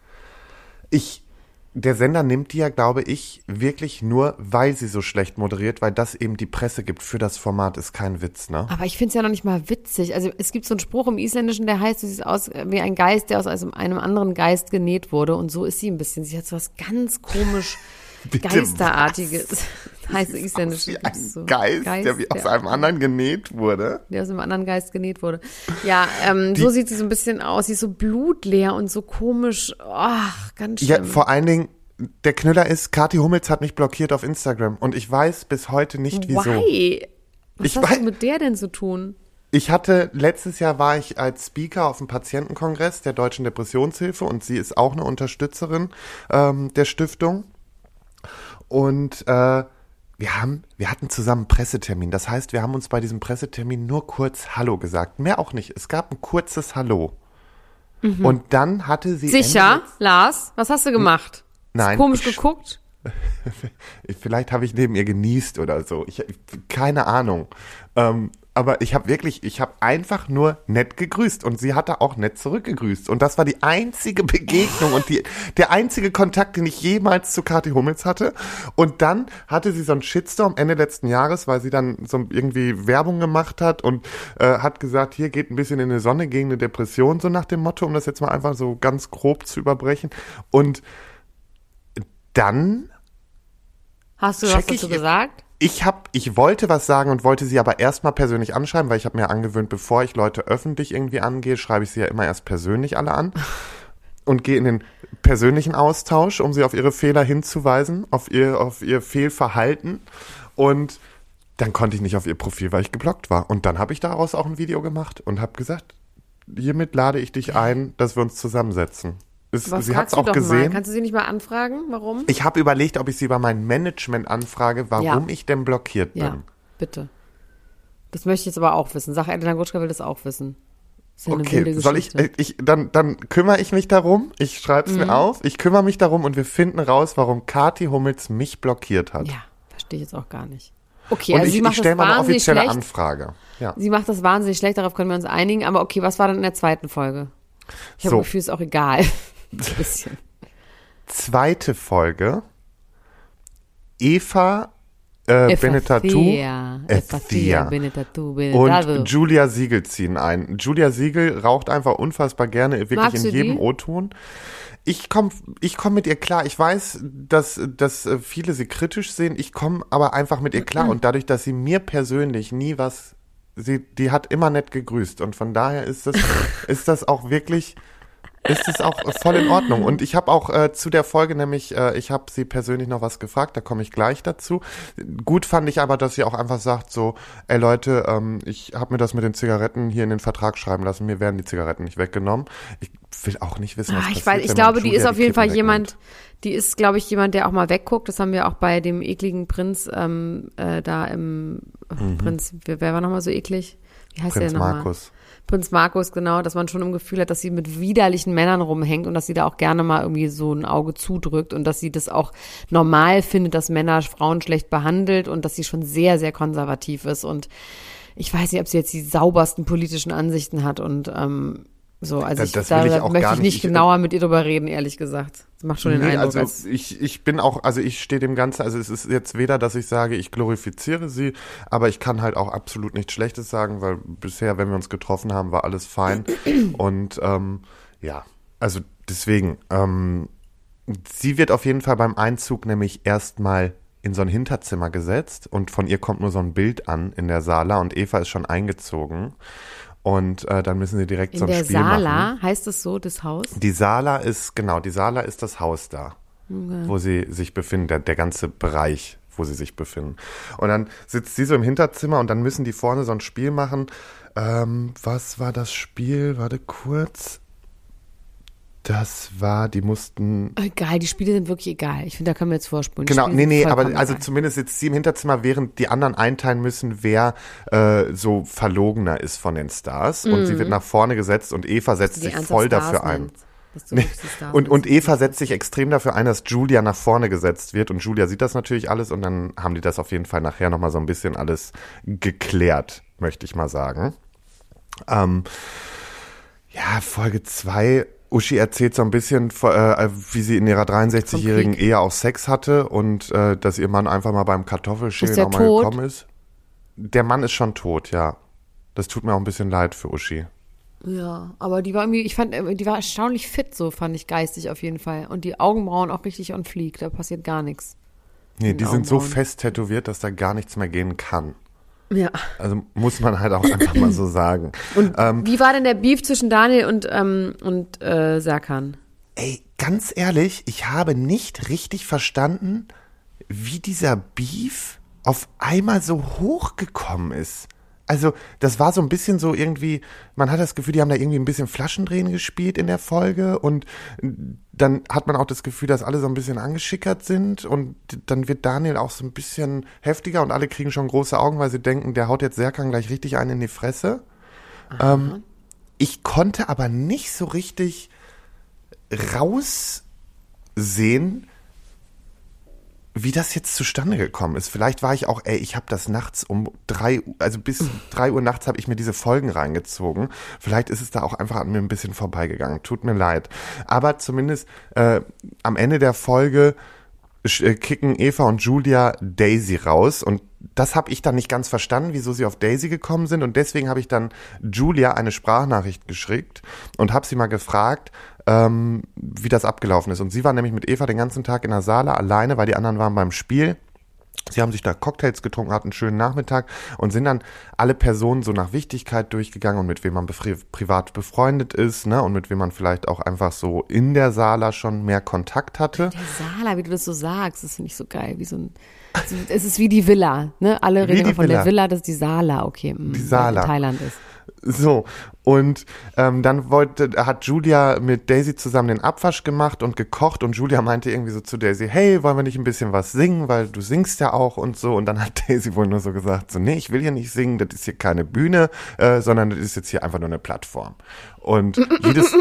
Ich, der Sender nimmt die ja, glaube ich, wirklich nur, weil sie so schlecht moderiert, weil das eben die Presse gibt für das Format, ist kein Witz, ne?
Aber ich finde es ja noch nicht mal witzig. Also es gibt so einen Spruch im Isländischen, der heißt, du siehst aus wie ein Geist, der aus einem, einem anderen Geist genäht wurde. Und so ist sie ein bisschen. Sie hat so was ganz komisch
Bitte,
Geisterartiges. Das heißt Isländisch.
Wie ein
so.
Geist, der wie aus einem anderen genäht wurde.
Der aus einem anderen Geist genäht wurde. Ja, ähm, so sieht sie so ein bisschen aus. Sie ist so blutleer und so komisch. Ach, ganz schlimm.
Ja, vor allen Dingen, der Knüller ist, Kathi Hummels hat mich blockiert auf Instagram und ich weiß bis heute nicht, wieso.
Why? Was
Ich
hast
weiß-
du mit der denn zu tun?
Ich hatte, letztes Jahr war ich als Speaker auf dem Patientenkongress der Deutschen Depressionshilfe und sie ist auch eine Unterstützerin ähm, der Stiftung. Und äh, wir haben, wir hatten zusammen einen Pressetermin. Das heißt, wir haben uns bei diesem Pressetermin nur kurz Hallo gesagt. Mehr auch nicht. Es gab ein kurzes Hallo. Und dann hatte sie
Sicher,
Ende
Lars? Was hast du gemacht?
Nein.
Hast du komisch
Ich-
geguckt?
Vielleicht habe ich neben ihr genießt oder so. Ich, keine Ahnung. Ähm, aber ich habe wirklich, ich habe einfach nur nett gegrüßt und sie hatte auch nett zurückgegrüßt. Und das war die einzige Begegnung und die, der einzige Kontakt, den ich jemals zu Kathi Hummels hatte. Und dann hatte sie so einen Shitstorm Ende letzten Jahres, weil sie dann so irgendwie Werbung gemacht hat und äh, hat gesagt, hier geht ein bisschen in die Sonne gegen eine Depression, so nach dem Motto, um das jetzt mal einfach so ganz grob zu überbrechen. Und dann
Hast du was
check ich
dazu
ihr-
gesagt?
Ich hab, ich wollte was sagen und wollte sie aber erstmal persönlich anschreiben, weil ich habe mir angewöhnt, bevor ich Leute öffentlich irgendwie angehe, schreibe ich sie ja immer erst persönlich alle an und gehe in den persönlichen Austausch, um sie auf ihre Fehler hinzuweisen, auf ihr, auf ihr Fehlverhalten. Und dann konnte ich nicht auf ihr Profil, weil ich geblockt war. Und dann habe ich daraus auch ein Video gemacht und habe gesagt, hiermit lade ich dich ein, dass wir uns zusammensetzen. Ist,
Was
sie hat es
fragst du
auch
doch
gesehen.
Mal. Kannst du sie nicht mal anfragen? Warum?
Ich habe überlegt, ob ich sie über mein Management anfrage, warum
Ja.
ich denn blockiert bin.
Ja, bitte. Das möchte ich jetzt aber auch wissen. Sag, Elena Gutschka will das auch wissen. Das ist ja eine wilde
Okay, soll ich,
Geschichte.
äh, ich dann, dann kümmere ich mich darum, ich schreibe es
Mhm.
mir auf, ich kümmere mich darum und wir finden raus, warum Kathi Hummels mich blockiert hat.
Ja, verstehe ich jetzt auch gar nicht. Okay,
und
also
ich,
sie
ich
macht
stelle
das
mal eine
wahnsinnig
offizielle
schlecht.
Anfrage. Ja.
Sie macht das wahnsinnig schlecht, darauf können wir uns einigen. Aber okay, was war denn in der zweiten Folge? Ich habe
So.
das Gefühl, ist auch egal. Ein bisschen.
Zweite Folge. Eva äh, Benetatu
Efathia. Efathia
Efathia.
Benetatu. Benetatu.
und Julia Siegel ziehen ein. Julia Siegel raucht einfach unfassbar gerne, wirklich
Magst
in
du
jedem
die?
O-Ton. Ich komme ich komm mit ihr klar. Ich weiß, dass, dass äh, viele sie kritisch sehen. Ich komme aber einfach mit ihr klar. Und dadurch, dass sie mir persönlich nie was, sie, die hat immer nett gegrüßt. Und von daher ist das, ist das auch wirklich, ist es auch voll in Ordnung. Und ich habe auch äh, zu der Folge nämlich, äh, ich habe sie persönlich noch was gefragt, da komme ich gleich dazu. Gut fand ich aber, dass sie auch einfach sagt so, ey Leute, ähm, ich habe mir das mit den Zigaretten hier in den Vertrag schreiben lassen, mir werden die Zigaretten nicht weggenommen. Ich will auch nicht wissen, was
Ah, ich
passiert,
weiß, ich
wenn
glaube,
man
die
Julia
ist auf jeden
Kippen
Fall jemand,
wegnimmt.
die ist, glaube ich, jemand, der auch mal wegguckt. Das haben wir auch bei dem ekligen Prinz ähm, äh, da im
Mhm.
Prinz, wer wer war nochmal so eklig? Wie heißt
Prinz
der nochmal?
Markus.
Prinz Markus, genau, dass man schon im Gefühl hat, dass sie mit widerlichen Männern rumhängt und dass sie da auch gerne mal irgendwie so ein Auge zudrückt und dass sie das auch normal findet, dass Männer Frauen schlecht behandelt und dass sie schon sehr, sehr konservativ ist und ich weiß nicht, ob sie jetzt die saubersten politischen Ansichten hat und ähm, so, also ich,
das
da,
will ich
da
auch
möchte
gar
ich
nicht.
nicht genauer mit ihr drüber reden, ehrlich gesagt. Das macht schon den
Nee,
Eindruck.
also
als,
ich, ich bin auch, also ich stehe dem Ganzen, also es ist jetzt weder, dass ich sage, ich glorifiziere sie, aber ich kann halt auch absolut nichts Schlechtes sagen, weil bisher, wenn wir uns getroffen haben, war alles fein. Und ähm, ja, also deswegen, ähm, sie wird auf jeden Fall beim Einzug nämlich erstmal in so ein Hinterzimmer gesetzt und von ihr kommt nur so ein Bild an in der Sala und Eva ist schon eingezogen. Und äh, dann müssen sie direkt
in
so ein
der
Spiel
Sala,
machen.
heißt es so, das Haus?
Die Sala ist, genau, die Sala ist das Haus da, okay. wo sie sich befinden, der, der ganze Bereich, wo sie sich befinden. Und dann sitzt sie so im Hinterzimmer und dann müssen die vorne so ein Spiel machen. Ähm, was war das Spiel? Warte kurz. Das war, die mussten...
Egal, die Spiele sind wirklich egal. Ich finde, da können wir jetzt vorspulen.
Genau, nee, nee, aber
egal.
also zumindest sitzt sie im Hinterzimmer, während die anderen einteilen müssen, wer äh, so verlogener ist von den Stars. Und mhm. sie wird nach vorne gesetzt und Eva setzt sich voll dafür ein. Nee. Und, und Eva setzt sich extrem dafür ein, dass Julia nach vorne gesetzt wird. Und Julia sieht das natürlich alles und dann haben die das auf jeden Fall nachher nochmal so ein bisschen alles geklärt, möchte ich mal sagen. Ähm, ja, Folge zwei... Uschi erzählt so ein bisschen, äh, wie sie in ihrer dreiundsechzigjährigen Ehe auch Sex hatte und äh, dass ihr Mann einfach mal beim Kartoffelschälen auch mal tot? gekommen ist. Der Mann ist schon tot, ja. Das tut mir auch ein bisschen leid für Uschi.
Ja, aber die war irgendwie, ich fand, die war erstaunlich fit, so fand ich geistig auf jeden Fall. Und die Augenbrauen auch richtig on fleek, da passiert gar nichts.
Nee, die sind so fest tätowiert, dass da gar nichts mehr gehen kann.
Ja.
Also muss man halt auch einfach mal so sagen.
Und
ähm,
wie war denn der Beef zwischen Daniel und, ähm, und äh, Serkan?
Ey, ganz ehrlich, ich habe nicht richtig verstanden, wie dieser Beef auf einmal so hochgekommen ist. Also das war so ein bisschen so irgendwie, man hat das Gefühl, die haben da irgendwie ein bisschen Flaschendrehen gespielt in der Folge und dann hat man auch das Gefühl, dass alle so ein bisschen angeschickert sind und dann wird Daniel auch so ein bisschen heftiger und alle kriegen schon große Augen, weil sie denken, der haut jetzt Serkan gleich richtig einen in die Fresse. Ähm, ich konnte aber nicht so richtig raussehen, wie das jetzt zustande gekommen ist. Vielleicht war ich auch, ey, ich habe das nachts um drei, also bis drei Uhr nachts habe ich mir diese Folgen reingezogen. Vielleicht ist es da auch einfach an mir ein bisschen vorbeigegangen. Tut mir leid. Aber zumindest äh, am Ende der Folge äh, kicken Eva und Julia Daisy raus und das habe ich dann nicht ganz verstanden, wieso sie auf Daisy gekommen sind und deswegen habe ich dann Julia eine Sprachnachricht geschickt und habe sie mal gefragt, ähm, wie das abgelaufen ist. Und sie war nämlich mit Eva den ganzen Tag in der Sala alleine, weil die anderen waren beim Spiel. Sie haben sich da Cocktails getrunken, hatten einen schönen Nachmittag und sind dann alle Personen so nach Wichtigkeit durchgegangen und mit wem man befri- privat befreundet ist, ne, und mit wem man vielleicht auch einfach so in der Sala schon mehr Kontakt hatte.
Der Sala, wie du das so sagst, das finde ich so geil, wie so ein, also es ist wie die Villa, ne, alle reden immer von Villa. Der Villa, das ist die Sala, okay, mh,
die Sala.
In Thailand ist.
So, und ähm, dann wollte, hat Julia mit Daisy zusammen den Abwasch gemacht und gekocht und Julia meinte irgendwie so zu Daisy, hey, wollen wir nicht ein bisschen was singen, weil du singst ja auch und so. Und dann hat Daisy wohl nur so gesagt, so, nee, ich will hier nicht singen, das ist hier keine Bühne, äh, sondern das ist jetzt hier einfach nur eine Plattform. Und jedes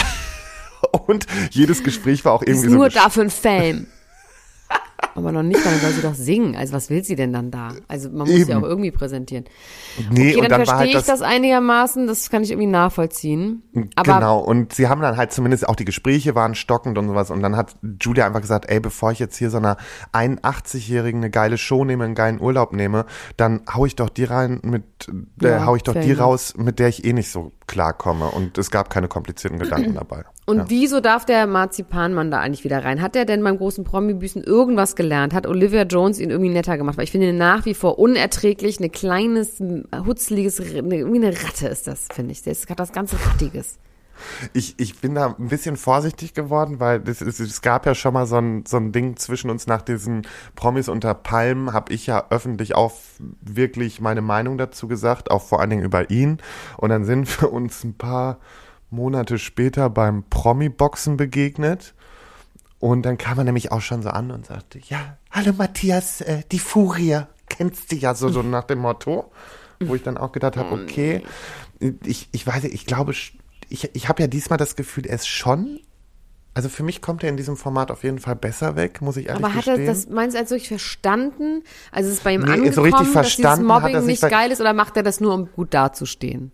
und jedes Gespräch war auch irgendwie
ist
so.
Nur dafür ein Fame. Aber noch nicht, dann soll sie doch singen. Also was will sie denn dann da? Also man muss
Eben.
ja auch irgendwie präsentieren.
Nee,
okay,
und
dann,
dann
verstehe
war halt
ich
das,
das einigermaßen, das kann ich irgendwie nachvollziehen. Aber
genau, und sie haben dann halt zumindest auch die Gespräche waren stockend und sowas und dann hat Julia einfach gesagt, ey, bevor ich jetzt hier so einer einundachtzigjährigen eine geile Show nehme, einen geilen Urlaub nehme, dann hau ich doch die rein mit, äh,
Ja,
hau ich doch die
enough.
raus, mit der ich eh nicht so klarkomme und es gab keine komplizierten Gedanken dabei.
Und
ja.
wieso darf der Marzipanmann da eigentlich wieder rein? Hat er denn beim großen Promi-Büßen irgendwas gelernt? Hat Olivia Jones ihn irgendwie netter gemacht? Weil ich finde ihn nach wie vor unerträglich, eine kleines, hutzeliges, eine, irgendwie eine Ratte ist das, finde ich. Das hat das ganze Rattiges.
Ich, ich bin da ein bisschen vorsichtig geworden, weil es, es, es gab ja schon mal so ein, so ein Ding zwischen uns nach diesen Promis unter Palmen, habe ich ja öffentlich auch wirklich meine Meinung dazu gesagt, auch vor allen Dingen über ihn. Und dann sind wir uns ein paar Monate später beim Promi-Boxen begegnet. Und dann kam er nämlich auch schon so an und sagte, ja, hallo Matthias, äh, die Furie, kennst du ja so, so nach dem Motto. wo ich dann auch gedacht habe, okay, ich, ich weiß nicht, ich glaube, ich, ich habe ja diesmal das Gefühl, er ist schon, also für mich kommt er in diesem Format auf jeden Fall besser weg, muss ich ehrlich
Aber hat
gestehen.
er das, meinst du, als wirklich verstanden? Also ist es bei ihm
Nee,
angekommen,
so richtig
dass
verstanden
dieses
hat
Mobbing
er sich
nicht
bei-
geil ist, oder macht er das nur, um gut dazustehen?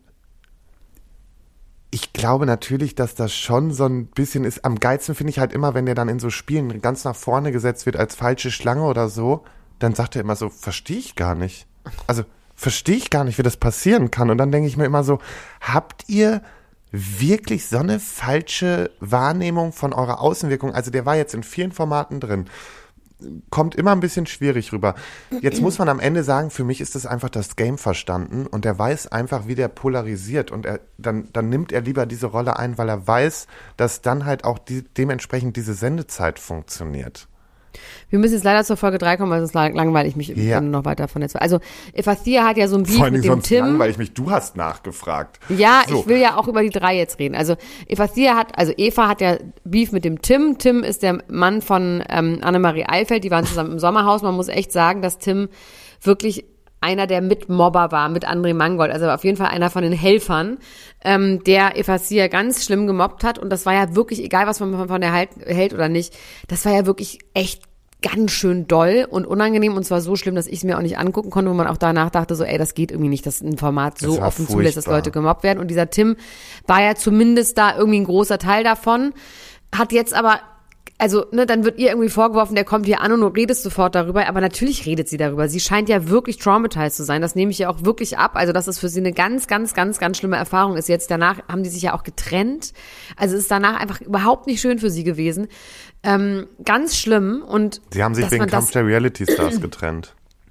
Ich glaube natürlich, dass das schon so ein bisschen ist. Am geilsten finde ich halt immer, wenn der dann in so Spielen ganz nach vorne gesetzt wird als falsche Schlange oder so, dann sagt er immer so, verstehe ich gar nicht. Also verstehe ich gar nicht, wie das passieren kann. Und dann denke ich mir immer so, habt ihr wirklich so eine falsche Wahrnehmung von eurer Außenwirkung? Also der war jetzt in vielen Formaten drin. Kommt immer ein bisschen schwierig rüber. Jetzt muss man am Ende sagen, für mich ist das einfach das Game verstanden und er weiß einfach, wie der polarisiert und er, dann, dann nimmt er lieber diese Rolle ein, weil er weiß, dass dann halt auch die, dementsprechend diese Sendezeit funktioniert.
Wir müssen jetzt leider zur Folge drei kommen, weil sonst langweile ich mich
Ja.
dann noch weiter von der zwei. Also Efathia hat ja so ein Beef
Vor allem
mit dem
sonst
Tim.
langweilig mich, du hast nachgefragt.
Ja,
So.
ich will ja auch über die drei jetzt reden. Also Efathia hat, also Eva hat ja Beef mit dem Tim. Tim ist der Mann von ähm, Annemarie Eilfeld, die waren zusammen im Sommerhaus. Man muss echt sagen, dass Tim wirklich einer der Mitmobber war mit André Mangold, also auf jeden Fall einer von den Helfern, ähm, der Efathia ganz schlimm gemobbt hat. Und das war ja wirklich, egal was man von der halt, hält oder nicht, das war ja wirklich echt ganz schön doll und unangenehm, und zwar so schlimm, dass ich es mir auch nicht angucken konnte, wo man auch danach dachte, so ey, das geht irgendwie nicht, dass ein Format so
Das war
offen zulässt, dass
furchtbar.
Leute gemobbt werden. Und dieser Tim war ja zumindest da irgendwie ein großer Teil davon, hat jetzt aber, also ne, dann wird ihr irgendwie vorgeworfen, der kommt hier an und du redest sofort darüber, aber natürlich redet sie darüber. Sie scheint ja wirklich traumatized zu sein, das nehme ich ja auch wirklich ab, also dass es für sie eine ganz, ganz, ganz, ganz schlimme Erfahrung ist. Jetzt danach haben die sich ja auch getrennt, also es ist danach einfach überhaupt nicht schön für sie gewesen. Ähm, ganz schlimm. Und
Sie haben sich
dass
wegen
man
Kampf
das,
der Reality Stars getrennt.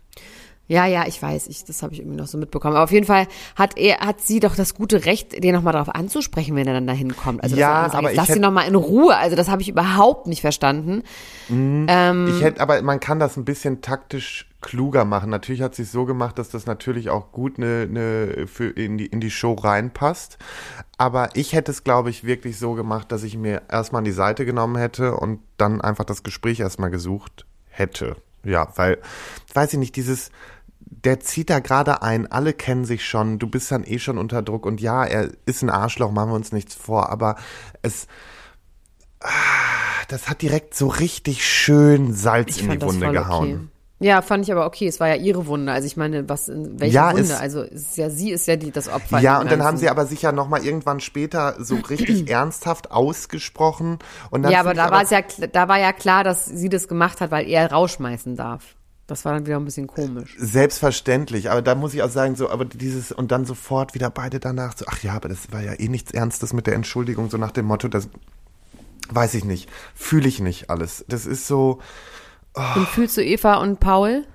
ja, ja, ich weiß, ich, das habe ich irgendwie noch so mitbekommen. Aber auf jeden Fall hat er, hat sie doch das gute Recht, den nochmal darauf anzusprechen, wenn er dann da hinkommt. Also
Ja,
dass er
aber
sagt,
ich
lass sie
hätt-
nochmal in Ruhe. Also das habe ich überhaupt nicht verstanden. Ähm,
Ich hätte, aber man kann das ein bisschen taktisch kluger machen. Natürlich hat sie es so gemacht, dass das natürlich auch gut eine, eine für in die in die Show reinpasst. Aber ich hätte es, glaube ich, wirklich so gemacht, dass ich mir erstmal an die Seite genommen hätte und dann einfach das Gespräch erstmal gesucht hätte. Ja, weil, weiß ich nicht, dieses, der zieht da gerade ein, alle kennen sich schon, du bist dann eh schon unter Druck und ja, er ist ein Arschloch, machen wir uns nichts vor, aber es, ah, das hat direkt so richtig schön Salz
ich
in die
fand das
Wunde
voll
gehauen.
okay. Ja, fand ich aber okay. Es war ja ihre Wunde. Also ich meine, was, in welche
Ja,
Wunde?
es-
Also es ist ja, sie ist ja die, das Opfer.
Ja,
in dem
und dann haben
Ganzen.
sie aber sich ja nochmal irgendwann später so richtig ernsthaft ausgesprochen. Und dann
Ja, aber
find ich
da war es ja, kl- da war ja klar, dass sie das gemacht hat, weil er rausschmeißen darf. Das war dann wieder ein bisschen komisch.
Selbstverständlich, aber da muss ich auch sagen, so, aber dieses, und dann sofort wieder beide danach so, ach ja, aber das war ja eh nichts Ernstes mit der Entschuldigung, so nach dem Motto, das weiß ich nicht, fühle ich nicht alles. Das ist so,
Und fühlst du Eva und Paul?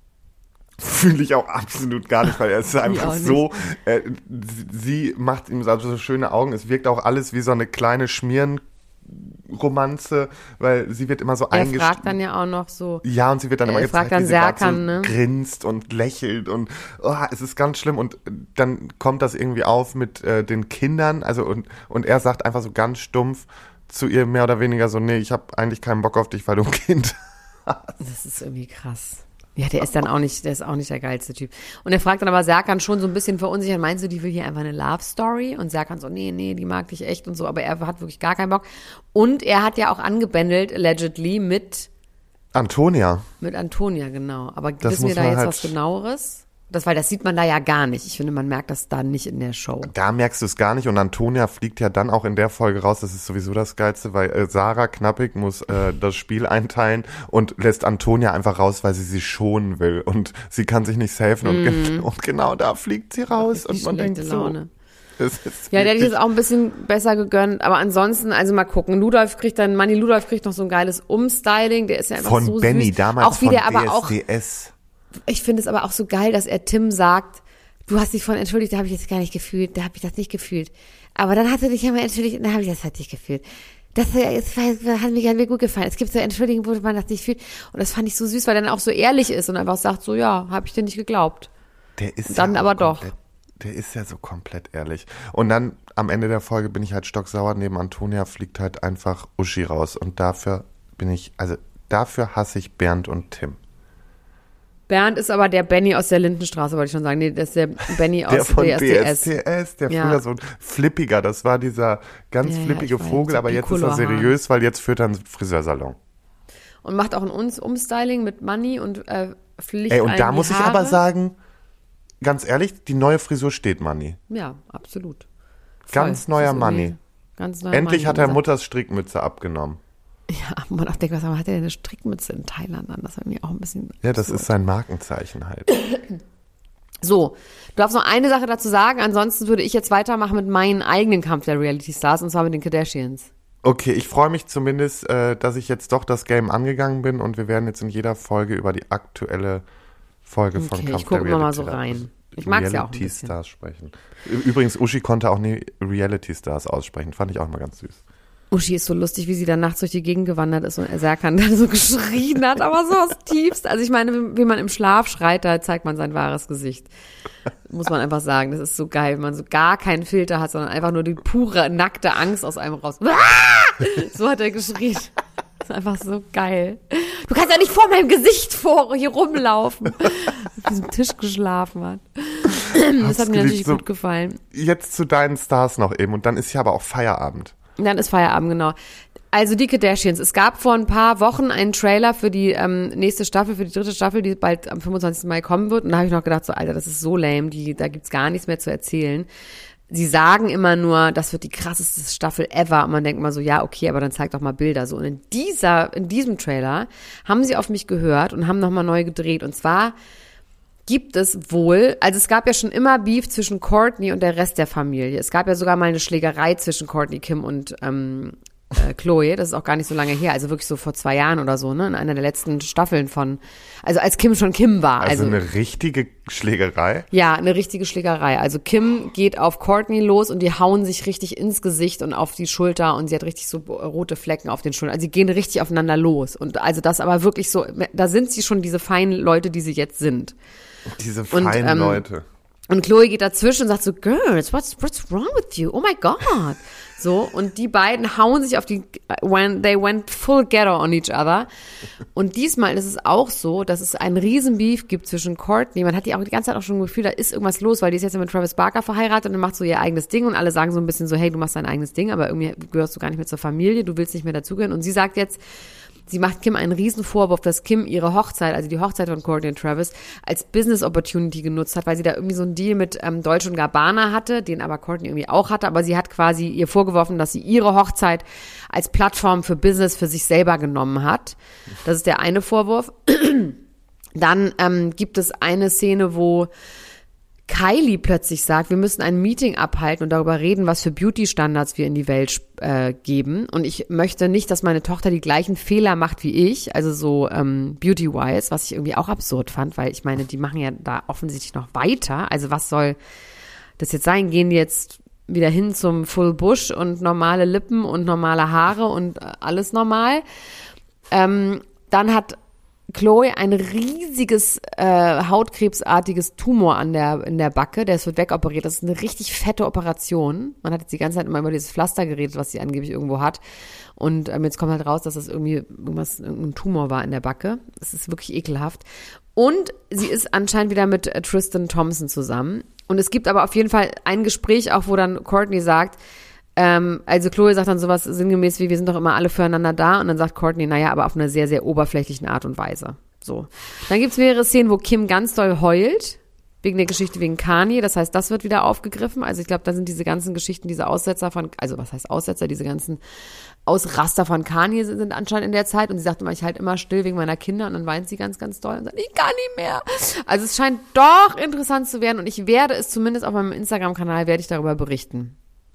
fühle ich auch absolut gar nicht, weil er ist einfach
auch nicht.
so, äh, sie macht ihm so so schöne Augen, es wirkt auch alles wie so eine kleine Schmierenromanze, weil sie wird immer so
Er
eingestellt.
fragt dann ja auch noch so.
Ja, und sie wird dann
Er
immer
fragt
gezeigt,
dann
wie sie grad
Serkan,
so
ne?
grinst und lächelt und oh, es ist ganz schlimm und dann kommt das irgendwie auf mit äh, den Kindern, also und, und er sagt einfach so ganz stumpf zu ihr mehr oder weniger so, nee, ich habe eigentlich keinen Bock auf dich, weil du ein Kind hast.
Das ist irgendwie krass. Ja, der ist dann auch nicht, der ist auch nicht der geilste Typ. Und er fragt dann aber Serkan schon so ein bisschen verunsichert, meinst du, die will hier einfach eine Love Story? Und Serkan so, nee, nee, die mag dich echt und so, aber er hat wirklich gar keinen Bock. Und er hat ja auch angebändelt, allegedly, mit,
Antonia,
mit Antonia, genau. Aber
Das
wissen wir
muss
da
man
jetzt
halt-
was Genaueres? Das, weil das sieht man da ja gar nicht. Ich finde, man merkt das da nicht in der Show.
da merkst du es gar nicht und Antonia fliegt ja dann auch in der Folge raus, das ist sowieso das Geilste, weil äh, Sarah Knappig muss äh, das Spiel einteilen und lässt Antonia einfach raus, weil sie sie schonen will und sie kann sich nicht safen und, gen- und genau da fliegt sie raus und
Die
man
schlechte
denkt so,
Laune.
es ist
Ja, der hätte ich
wirklich-
jetzt auch ein bisschen besser gegönnt, aber ansonsten, also mal gucken. Ludolf kriegt dann, Manni Ludolf kriegt noch so ein geiles Umstyling, der ist ja einfach
von
so
Benny,
süß.
damals
auch wie
von
der aber auch,
D S D S.
ich finde es aber auch so geil, dass er Tim sagt, du hast dich von entschuldigt, da habe ich jetzt gar nicht gefühlt, da habe ich das nicht gefühlt. Aber dann hast du dich ja mal entschuldigt und da habe ich das halt nicht gefühlt. Das, das hat mir, hat mir gut gefallen. Es gibt so Entschuldigungen, wo man das nicht fühlt. Und das fand ich so süß, weil er dann auch so ehrlich ist und einfach sagt so, ja, habe ich dir nicht geglaubt.
Der ist
Dann
ja
aber
auch
doch.
komplett, der ist ja so komplett ehrlich. Und dann am Ende der Folge bin ich halt stocksauer. Neben Antonia fliegt halt einfach Uschi raus. Und dafür bin ich, also dafür hasse ich Bernd und Tim.
Bernd ist aber der Benny aus der Lindenstraße, wollte ich schon sagen. Nee, das ist der Benny aus
der von
D S D S.
D S D S, der
Ja.
früher so ein flippiger, das war dieser ganz
Ja, ja,
flippige
ich weiß,
Vogel,
so
aber jetzt ist er
Piccolo-Haar.
seriös, weil jetzt führt er einen Friseursalon.
Und macht auch ein Un- Umstyling mit Money und äh, fliegt
Ey, und
einem
da
die
muss ich
Haare.
aber sagen, ganz ehrlich, die neue Frisur steht Manni.
Ja, absolut. Voll.
Ganz
Das
neuer
ist irgendwie
Manni.
Ganz neuer
Endlich
Money.
hat er
Und
Mutters Strickmütze abgenommen.
Ja, man auch denkt, was hat er denn eine Strickmütze in Thailand an? Das war irgendwie auch ein bisschen
Ja, das
absurd.
ist sein Markenzeichen halt.
So, du darfst noch eine Sache dazu sagen, ansonsten würde ich jetzt weitermachen mit meinem eigenen Kampf der Reality Stars, und zwar mit den Kardashians.
Okay, ich freue mich zumindest, äh, dass ich jetzt doch das Game angegangen bin und wir werden jetzt in jeder Folge über die aktuelle Folge von
Okay,
Kampf
ich gucke
der
immer mal
Reality
so rein. Ich mag's ja auch ein
Reality
bisschen.
Stars sprechen. Übrigens, Uschi konnte auch nie Reality Stars aussprechen. Fand ich auch mal ganz süß.
Uschi ist so lustig, wie sie dann nachts durch die Gegend gewandert ist und Serkan dann so geschrien hat, aber so aus tiefst. Also ich meine, wie man im Schlaf schreit, da zeigt man sein wahres Gesicht. Muss man einfach sagen. Das ist so geil, wenn man so gar keinen Filter hat, sondern einfach nur die pure, nackte Angst aus einem raus. So hat er geschrien. Das ist einfach so geil. Du kannst ja nicht vor meinem Gesicht vor hier rumlaufen. Auf diesem Tisch geschlafen hat. Das hat mir natürlich
so,
gut gefallen.
Jetzt zu deinen Stars noch eben und dann ist ja aber auch Feierabend.
Dann ist Feierabend, genau. Also die Kardashians. Es gab vor ein paar Wochen einen Trailer für die ähm, nächste Staffel, für die dritte Staffel, die bald am fünfundzwanzigsten Mai kommen wird. Und da habe ich noch gedacht, so Alter, das ist so lame, die, da gibt's gar nichts mehr zu erzählen. Sie sagen immer nur, das wird die krasseste Staffel ever. Und man denkt immer so, ja, okay, aber dann zeig doch mal Bilder. So. Und in dieser, in diesem Trailer haben sie auf mich gehört und haben nochmal neu gedreht. Und zwar gibt es wohl, also es gab ja schon immer Beef zwischen Kourtney und der Rest der Familie. Es gab ja sogar mal eine Schlägerei zwischen Kourtney, Kim und ähm, äh, Chloe. Das ist auch gar nicht so lange her, also wirklich so vor zwei Jahren oder so, ne? In einer der letzten Staffeln von, also als Kim schon Kim war.
Also,
Also,
eine richtige Schlägerei.
ja, eine richtige Schlägerei. Also Kim geht auf Kourtney los und die hauen sich richtig ins Gesicht und auf die Schulter und sie hat richtig so rote Flecken auf den Schultern. Also sie gehen richtig aufeinander los. Und also das aber wirklich so, da sind sie schon diese feinen Leute, die sie jetzt sind.
Diese
Und,
feinen
ähm,
Leute.
Und Chloe geht dazwischen und sagt so, Girls, what's, what's wrong with you? Oh my God. So, und die beiden hauen sich auf die, when they went full ghetto on each other. Und diesmal ist es auch so, dass es einen riesen Beef gibt zwischen Kourtney. Man hat die auch die ganze Zeit auch schon ein Gefühl, da ist irgendwas los, weil die ist jetzt mit Travis Barker verheiratet und macht so ihr eigenes Ding und alle sagen so ein bisschen so, hey, du machst dein eigenes Ding, aber irgendwie gehörst du gar nicht mehr zur Familie, du willst nicht mehr dazugehören. Und sie sagt jetzt, sie macht Kim einen riesen Vorwurf, dass Kim ihre Hochzeit, also die Hochzeit von Kourtney und Travis, als Business Opportunity genutzt hat, weil sie da irgendwie so einen Deal mit ähm, Dolce und Gabbana hatte, den aber Kourtney irgendwie auch hatte, aber sie hat quasi ihr vorgeworfen, dass sie ihre Hochzeit als Plattform für Business für sich selber genommen hat. Das ist der eine Vorwurf. Dann ähm, gibt es eine Szene, wo Kylie plötzlich sagt, wir müssen ein Meeting abhalten und darüber reden, was für Beauty-Standards wir in die Welt äh, geben. Und ich möchte nicht, dass meine Tochter die gleichen Fehler macht wie ich, also so ähm, Beauty-wise, was ich irgendwie auch absurd fand, weil ich meine, die machen ja da offensichtlich noch weiter. Also was soll das jetzt sein? Gehen die jetzt wieder hin zum Full Bush und normale Lippen und normale Haare und äh, alles normal? Ähm, dann hat Chloe ein riesiges äh, hautkrebsartiges Tumor an der in der Backe, der wird wegoperiert. Das ist eine richtig fette Operation. Man hat jetzt die ganze Zeit immer über dieses Pflaster geredet, was sie angeblich irgendwo hat. Und ähm, jetzt kommt halt raus, dass das irgendwie irgendwas, irgendein Tumor war in der Backe. Das ist wirklich ekelhaft. Und sie ist anscheinend wieder mit äh, Tristan Thompson zusammen. Und es gibt aber auf jeden Fall ein Gespräch auch, wo dann Kourtney sagt, Ähm, also Chloe sagt dann sowas sinngemäß wie, wir sind doch immer alle füreinander da. Und dann sagt Kourtney, naja, aber auf einer sehr, sehr oberflächlichen Art und Weise. So. Dann gibt's mehrere Szenen, wo Kim ganz doll heult, wegen der Geschichte wegen Kanye. Das heißt, das wird wieder aufgegriffen. Also ich glaube, da sind diese ganzen Geschichten, diese Aussetzer von, also was heißt Aussetzer, diese ganzen Ausraster von Kanye sind, sind anscheinend in der Zeit. Und sie sagt immer, ich halte immer still wegen meiner Kinder. Und dann weint sie ganz, ganz doll und sagt, ich kann nicht mehr. Also es scheint doch interessant zu werden. Und ich werde es zumindest auf meinem Instagram-Kanal, werde ich darüber berichten.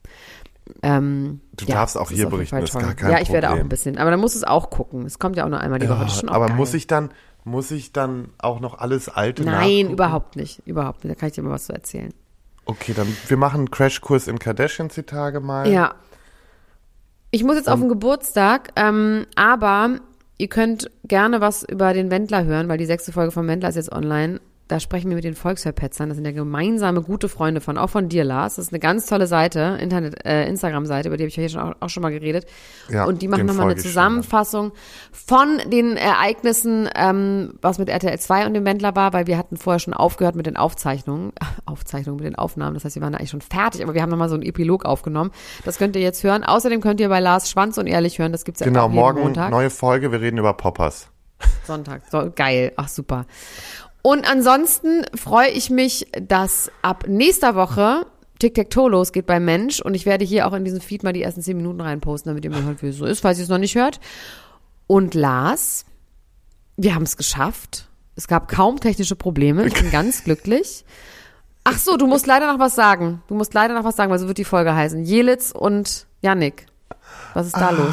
Ähm,
Du
ja,
darfst auch
das
hier
auf jeden
berichten,
Fall
das ist
toll.
gar kein
Ja, ich werde auch
Problem.
ein bisschen, aber dann muss es auch gucken. Es kommt ja auch nur einmal die Woche. Das ist schon auch
aber
geil.
muss ich dann, muss ich dann auch noch alles Alte
Nein,
nachgucken?
überhaupt nicht. Überhaupt nicht. Da kann ich dir mal was zu erzählen.
Okay, dann, wir machen einen Crashkurs in Kardashians die Tage mal.
Ja. Ich muss jetzt auf den Geburtstag, ähm, aber ihr könnt gerne was über den Wendler hören, weil die sechste Folge vom Wendler ist jetzt online. da sprechen wir mit den Volkshörpetzern. Das sind ja gemeinsame gute Freunde von, auch von dir, Lars. Das ist eine ganz tolle Seite, Internet, äh, Instagram-Seite, über die habe ich ja hier schon auch, auch schon mal geredet.
Ja,
und die machen nochmal eine Zusammenfassung von den Ereignissen, ähm, was mit R T L zwei und dem Wendler war, weil wir hatten vorher schon aufgehört mit den Aufzeichnungen, Aufzeichnungen mit den Aufnahmen. Das heißt, wir waren da eigentlich schon fertig, aber wir haben nochmal so einen Epilog aufgenommen. Das könnt ihr jetzt hören. Außerdem könnt ihr bei Lars Schwanz und Ehrlich hören. Das gibt's ja
genau,
auch jeden
morgen
Montag.
Neue Folge, wir reden über Poppers.
Sonntag, so, geil, ach super. Und ansonsten freue ich mich, dass ab nächster Woche Tic-Tac-Toe losgeht bei Mensch und ich werde hier auch in diesen Feed mal die ersten zehn Minuten reinposten, damit ihr mir hört, wie es so ist, falls ihr es noch nicht hört. Und Lars, wir haben es geschafft. Es gab kaum technische Probleme. Ich bin ganz glücklich. Ach so, du musst leider noch was sagen. Du musst leider noch was sagen, weil so wird die Folge heißen. Jelitz und Yannick. Was ist da ah. los?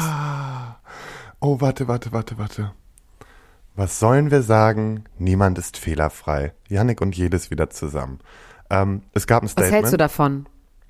Oh, warte, warte, warte, warte. Was sollen wir sagen? Niemand ist fehlerfrei. Yannick und Jelitz wieder zusammen. Ähm, es gab ein Statement.
Was hältst du davon?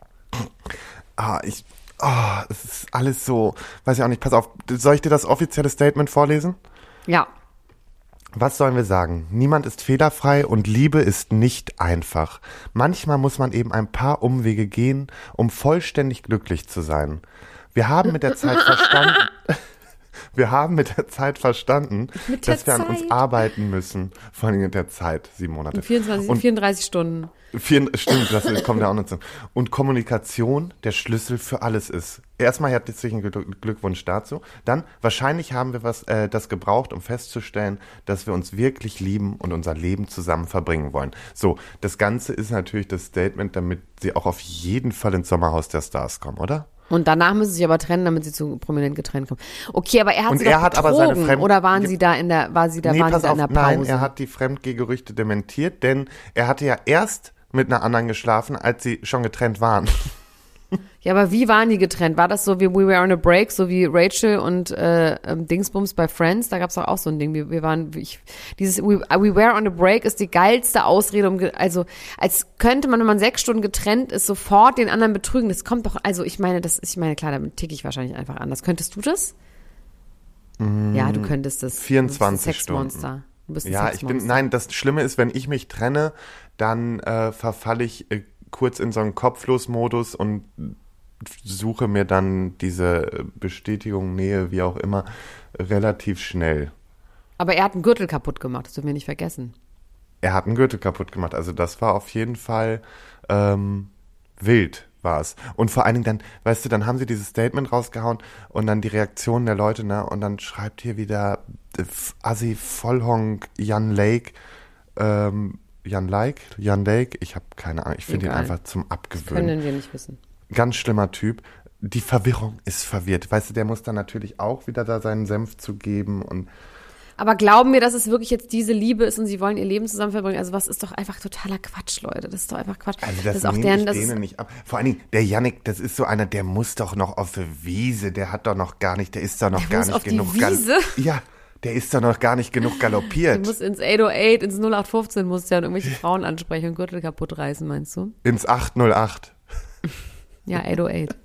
Ah, ich, ah, es ist alles so, weiß ich auch nicht, pass auf, soll ich dir das offizielle Statement vorlesen?
Ja.
Was sollen wir sagen? Niemand ist fehlerfrei und Liebe ist nicht einfach. Manchmal muss man eben ein paar Umwege gehen, um vollständig glücklich zu sein. Wir haben mit der Zeit verstanden... Wir haben mit der Zeit verstanden,
mit der
dass wir
Zeit.
an uns arbeiten müssen. Vor allem mit der Zeit, sieben Monate.
vierundzwanzig, und vierunddreißig Stunden.
Vier, stimmt, das kommt ja auch noch zu. Und Kommunikation der Schlüssel für alles ist. Erstmal herzlichen Glückwunsch dazu. Dann, wahrscheinlich haben wir was, äh, das gebraucht, um festzustellen, dass wir uns wirklich lieben und unser Leben zusammen verbringen wollen. So, das Ganze ist natürlich das Statement, damit sie auch auf jeden Fall ins Sommerhaus der Stars kommen, oder?
Und danach müssen sie sich aber trennen, damit sie zu prominent getrennt kommen. Okay, aber er hat
und
sie
er
doch
hat
betrogen,
aber seine Fremd-
oder waren sie da in der, war sie da,
nee,
waren
pass
sie da
auf,
in der Pause?
Nein, er hat die Fremdgehgerüchte dementiert, denn er hatte ja erst mit einer anderen geschlafen, als sie schon getrennt waren.
Ja, aber wie waren die getrennt? War das so wie We Were on a Break, so wie Rachel und äh, ähm, Dingsbums bei Friends? Da gab es doch auch so ein Ding. Wir, wir waren, ich, dieses We, We Were on a Break ist die geilste Ausrede, um, ge- also als könnte man, wenn man sechs Stunden getrennt ist, sofort den anderen betrügen. Das kommt doch, also ich meine, das ist, ich meine, klar, damit ticke ich wahrscheinlich einfach anders. Könntest du das? Mm, ja, du könntest das.
vierundzwanzig
Stunden.
Stunden.
Du bist ein
ja,
Sexmonster.
ich bin, nein, das Schlimme ist, wenn ich mich trenne, dann äh, verfalle ich äh, kurz in so einen Kopflos-Modus und suche mir dann diese Bestätigung, Nähe, wie auch immer, relativ schnell.
Aber er hat einen Gürtel kaputt gemacht, das dürfen wir nicht vergessen.
Er hat einen Gürtel kaputt gemacht, also das war auf jeden Fall ähm, wild, war es. Und vor allen Dingen dann, weißt du, dann haben sie dieses Statement rausgehauen und dann die Reaktionen der Leute, ne, und dann schreibt hier wieder äh, Assi Vollhonk Jan Lake, ähm, Jan Lake, Jan Lake, ich habe keine Ahnung, ich finde ihn einfach zum Abgewöhnen.
Das können wir nicht wissen.
Ganz schlimmer Typ. Die Verwirrung ist verwirrt. Weißt du, der muss dann natürlich auch wieder da seinen Senf zu geben. Und
aber glauben wir, dass es wirklich jetzt diese Liebe ist und sie wollen ihr Leben zusammen verbringen? Also was ist doch einfach totaler Quatsch, Leute. Das ist doch einfach Quatsch.
Also das,
das ist auch
nehme
deren,
ich
das
denen
ist,
nicht ab. Vor allen Dingen, der Yannick, das ist so einer, der muss doch noch auf der Wiese. Der hat doch noch gar nicht, der ist doch noch
der
gar
muss
nicht
auf
genug.
Die Wiese?
Gal- ja, der ist doch noch gar nicht genug galoppiert.
Du musst ins acht null acht, ins null acht fünfzehn musst du ja und irgendwelche Frauen ansprechen und Gürtel kaputt reißen, meinst du?
Ins acht null acht.
Ja, acht null acht.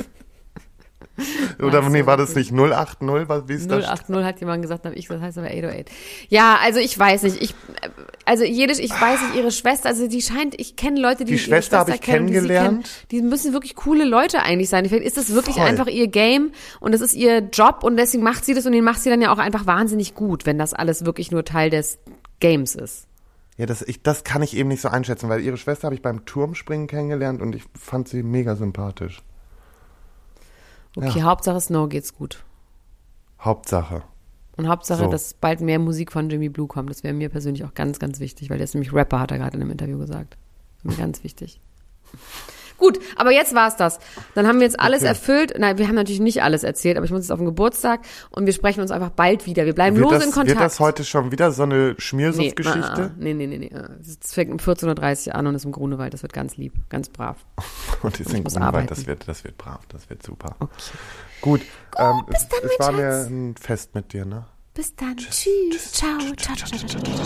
Oder nee, war das nicht null acht null? Was, wie ist
null acht null hat jemand gesagt, habe ich gesagt, das heißt aber acht null acht. Ja, also ich weiß nicht, ich, also jedes, ich weiß nicht, ihre Schwester, also die scheint, ich kenne Leute, die
die Schwester habe ich kennen, kennengelernt.
Die, kennen, die müssen wirklich coole Leute eigentlich sein. Vielleicht ist das wirklich
Voll.
einfach ihr Game und das ist ihr Job und deswegen macht sie das und den macht sie dann ja auch einfach wahnsinnig gut, wenn das alles wirklich nur Teil des Games ist.
Ja, das, ich, das kann ich eben nicht so einschätzen, weil ihre Schwester habe ich beim Turmspringen kennengelernt und ich fand sie mega sympathisch.
Okay,
Ja.
Hauptsache Snow geht's gut.
Hauptsache.
Und Hauptsache,
So.
dass bald mehr Musik von Jimmy Blue kommt. Das wäre mir persönlich auch ganz, ganz wichtig, weil der ist nämlich Rapper, hat er gerade in einem Interview gesagt. Das ist mir ganz wichtig. Gut, aber jetzt war's das. Dann haben wir jetzt alles
Okay.
erfüllt. Nein, wir haben natürlich nicht alles erzählt, aber ich muss jetzt auf den Geburtstag und wir sprechen uns einfach bald wieder. Wir bleiben
Wird
lose
das,
in Kontakt.
wird das heute schon wieder so eine
nee,
Schmiersuff-Geschichte?
ah, ah, nee, nee, nee, nee. Es fängt um vierzehn Uhr dreißig an und ist im Grunewald. Das wird ganz lieb, ganz brav.
Und die
Ich
sind
muss
Grunewald,
arbeiten.
das wird, das wird brav, das wird super.
Okay.
Gut, ähm,
bis
es,
dann,
es
mein
war mir
Schatz.
ein Fest mit dir, ne?
Bis dann. Tschüss. Ciao. Ciao, ciao, ciao, ciao.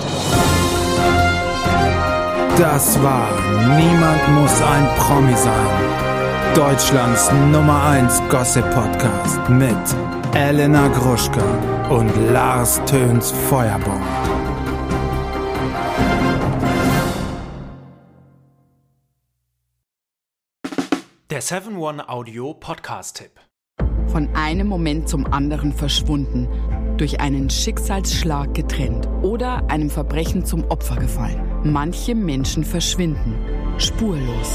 Das war Niemand muss ein Promi sein. Deutschlands Nummer eins Gossip-Podcast mit Elena Gruschka und Lars Töns Feuerbomb.
Der seven one Audio Podcast-Tipp.
Von einem Moment zum anderen verschwunden, durch einen Schicksalsschlag getrennt oder einem Verbrechen zum Opfer gefallen. Manche Menschen verschwinden spurlos.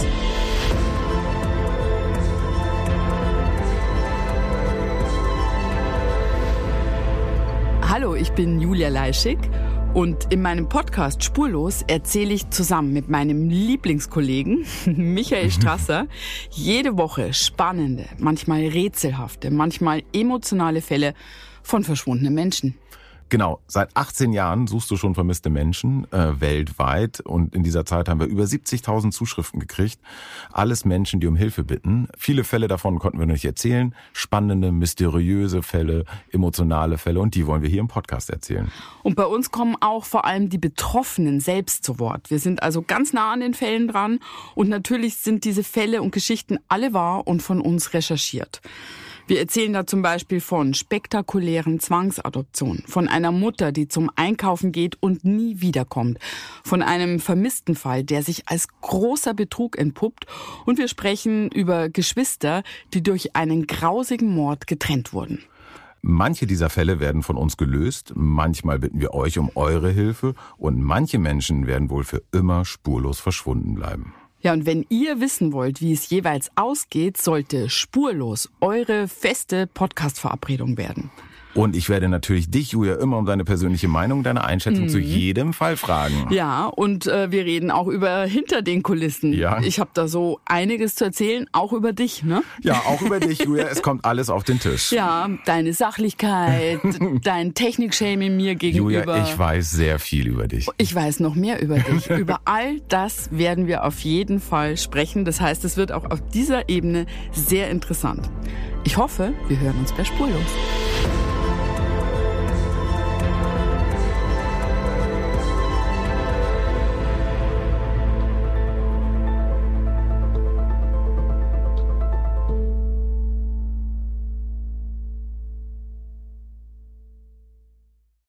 Hallo, ich bin Julia Leischig und in meinem Podcast Spurlos erzähle ich zusammen mit meinem Lieblingskollegen Michael Strasser jede Woche spannende, manchmal rätselhafte, manchmal emotionale Fälle von verschwundenen Menschen.
Genau, seit achtzehn Jahren suchst du schon vermisste Menschen äh, weltweit und in dieser Zeit haben wir über siebzigtausend Zuschriften gekriegt. Alles Menschen, die um Hilfe bitten. Viele Fälle davon konnten wir noch nicht erzählen. Spannende, mysteriöse Fälle, emotionale Fälle und die wollen wir hier im Podcast erzählen.
Und bei uns kommen auch vor allem die Betroffenen selbst zu Wort. Wir sind also ganz nah an den Fällen dran und natürlich sind diese Fälle und Geschichten alle wahr und von uns recherchiert. Wir erzählen da zum Beispiel von spektakulären Zwangsadoptionen, von einer Mutter, die zum Einkaufen geht und nie wiederkommt, von einem vermissten Fall, der sich als großer Betrug entpuppt und wir sprechen über Geschwister, die durch einen grausigen Mord getrennt wurden.
Manche dieser Fälle werden von uns gelöst, manchmal bitten wir euch um eure Hilfe und manche Menschen werden wohl für immer spurlos verschwunden bleiben.
Ja, und wenn ihr wissen wollt, wie es jeweils ausgeht, sollte Spurlos eure feste Podcast-Verabredung werden.
Und ich werde natürlich dich, Julia, immer um deine persönliche Meinung, deine Einschätzung mhm. zu jedem Fall fragen.
Ja, und äh, wir reden auch über hinter den Kulissen. Ja. Ich habe da so einiges zu erzählen, auch über dich, ne?
Ja, auch über dich, Julia. Es kommt alles auf den Tisch.
Ja, deine Sachlichkeit, dein Technik-Shaming mir gegenüber.
Julia, ich weiß sehr viel über dich.
Ich weiß noch mehr über dich. Über all das werden wir auf jeden Fall sprechen. Das heißt, es wird auch auf dieser Ebene sehr interessant. Ich hoffe, wir hören uns bei Spurlos.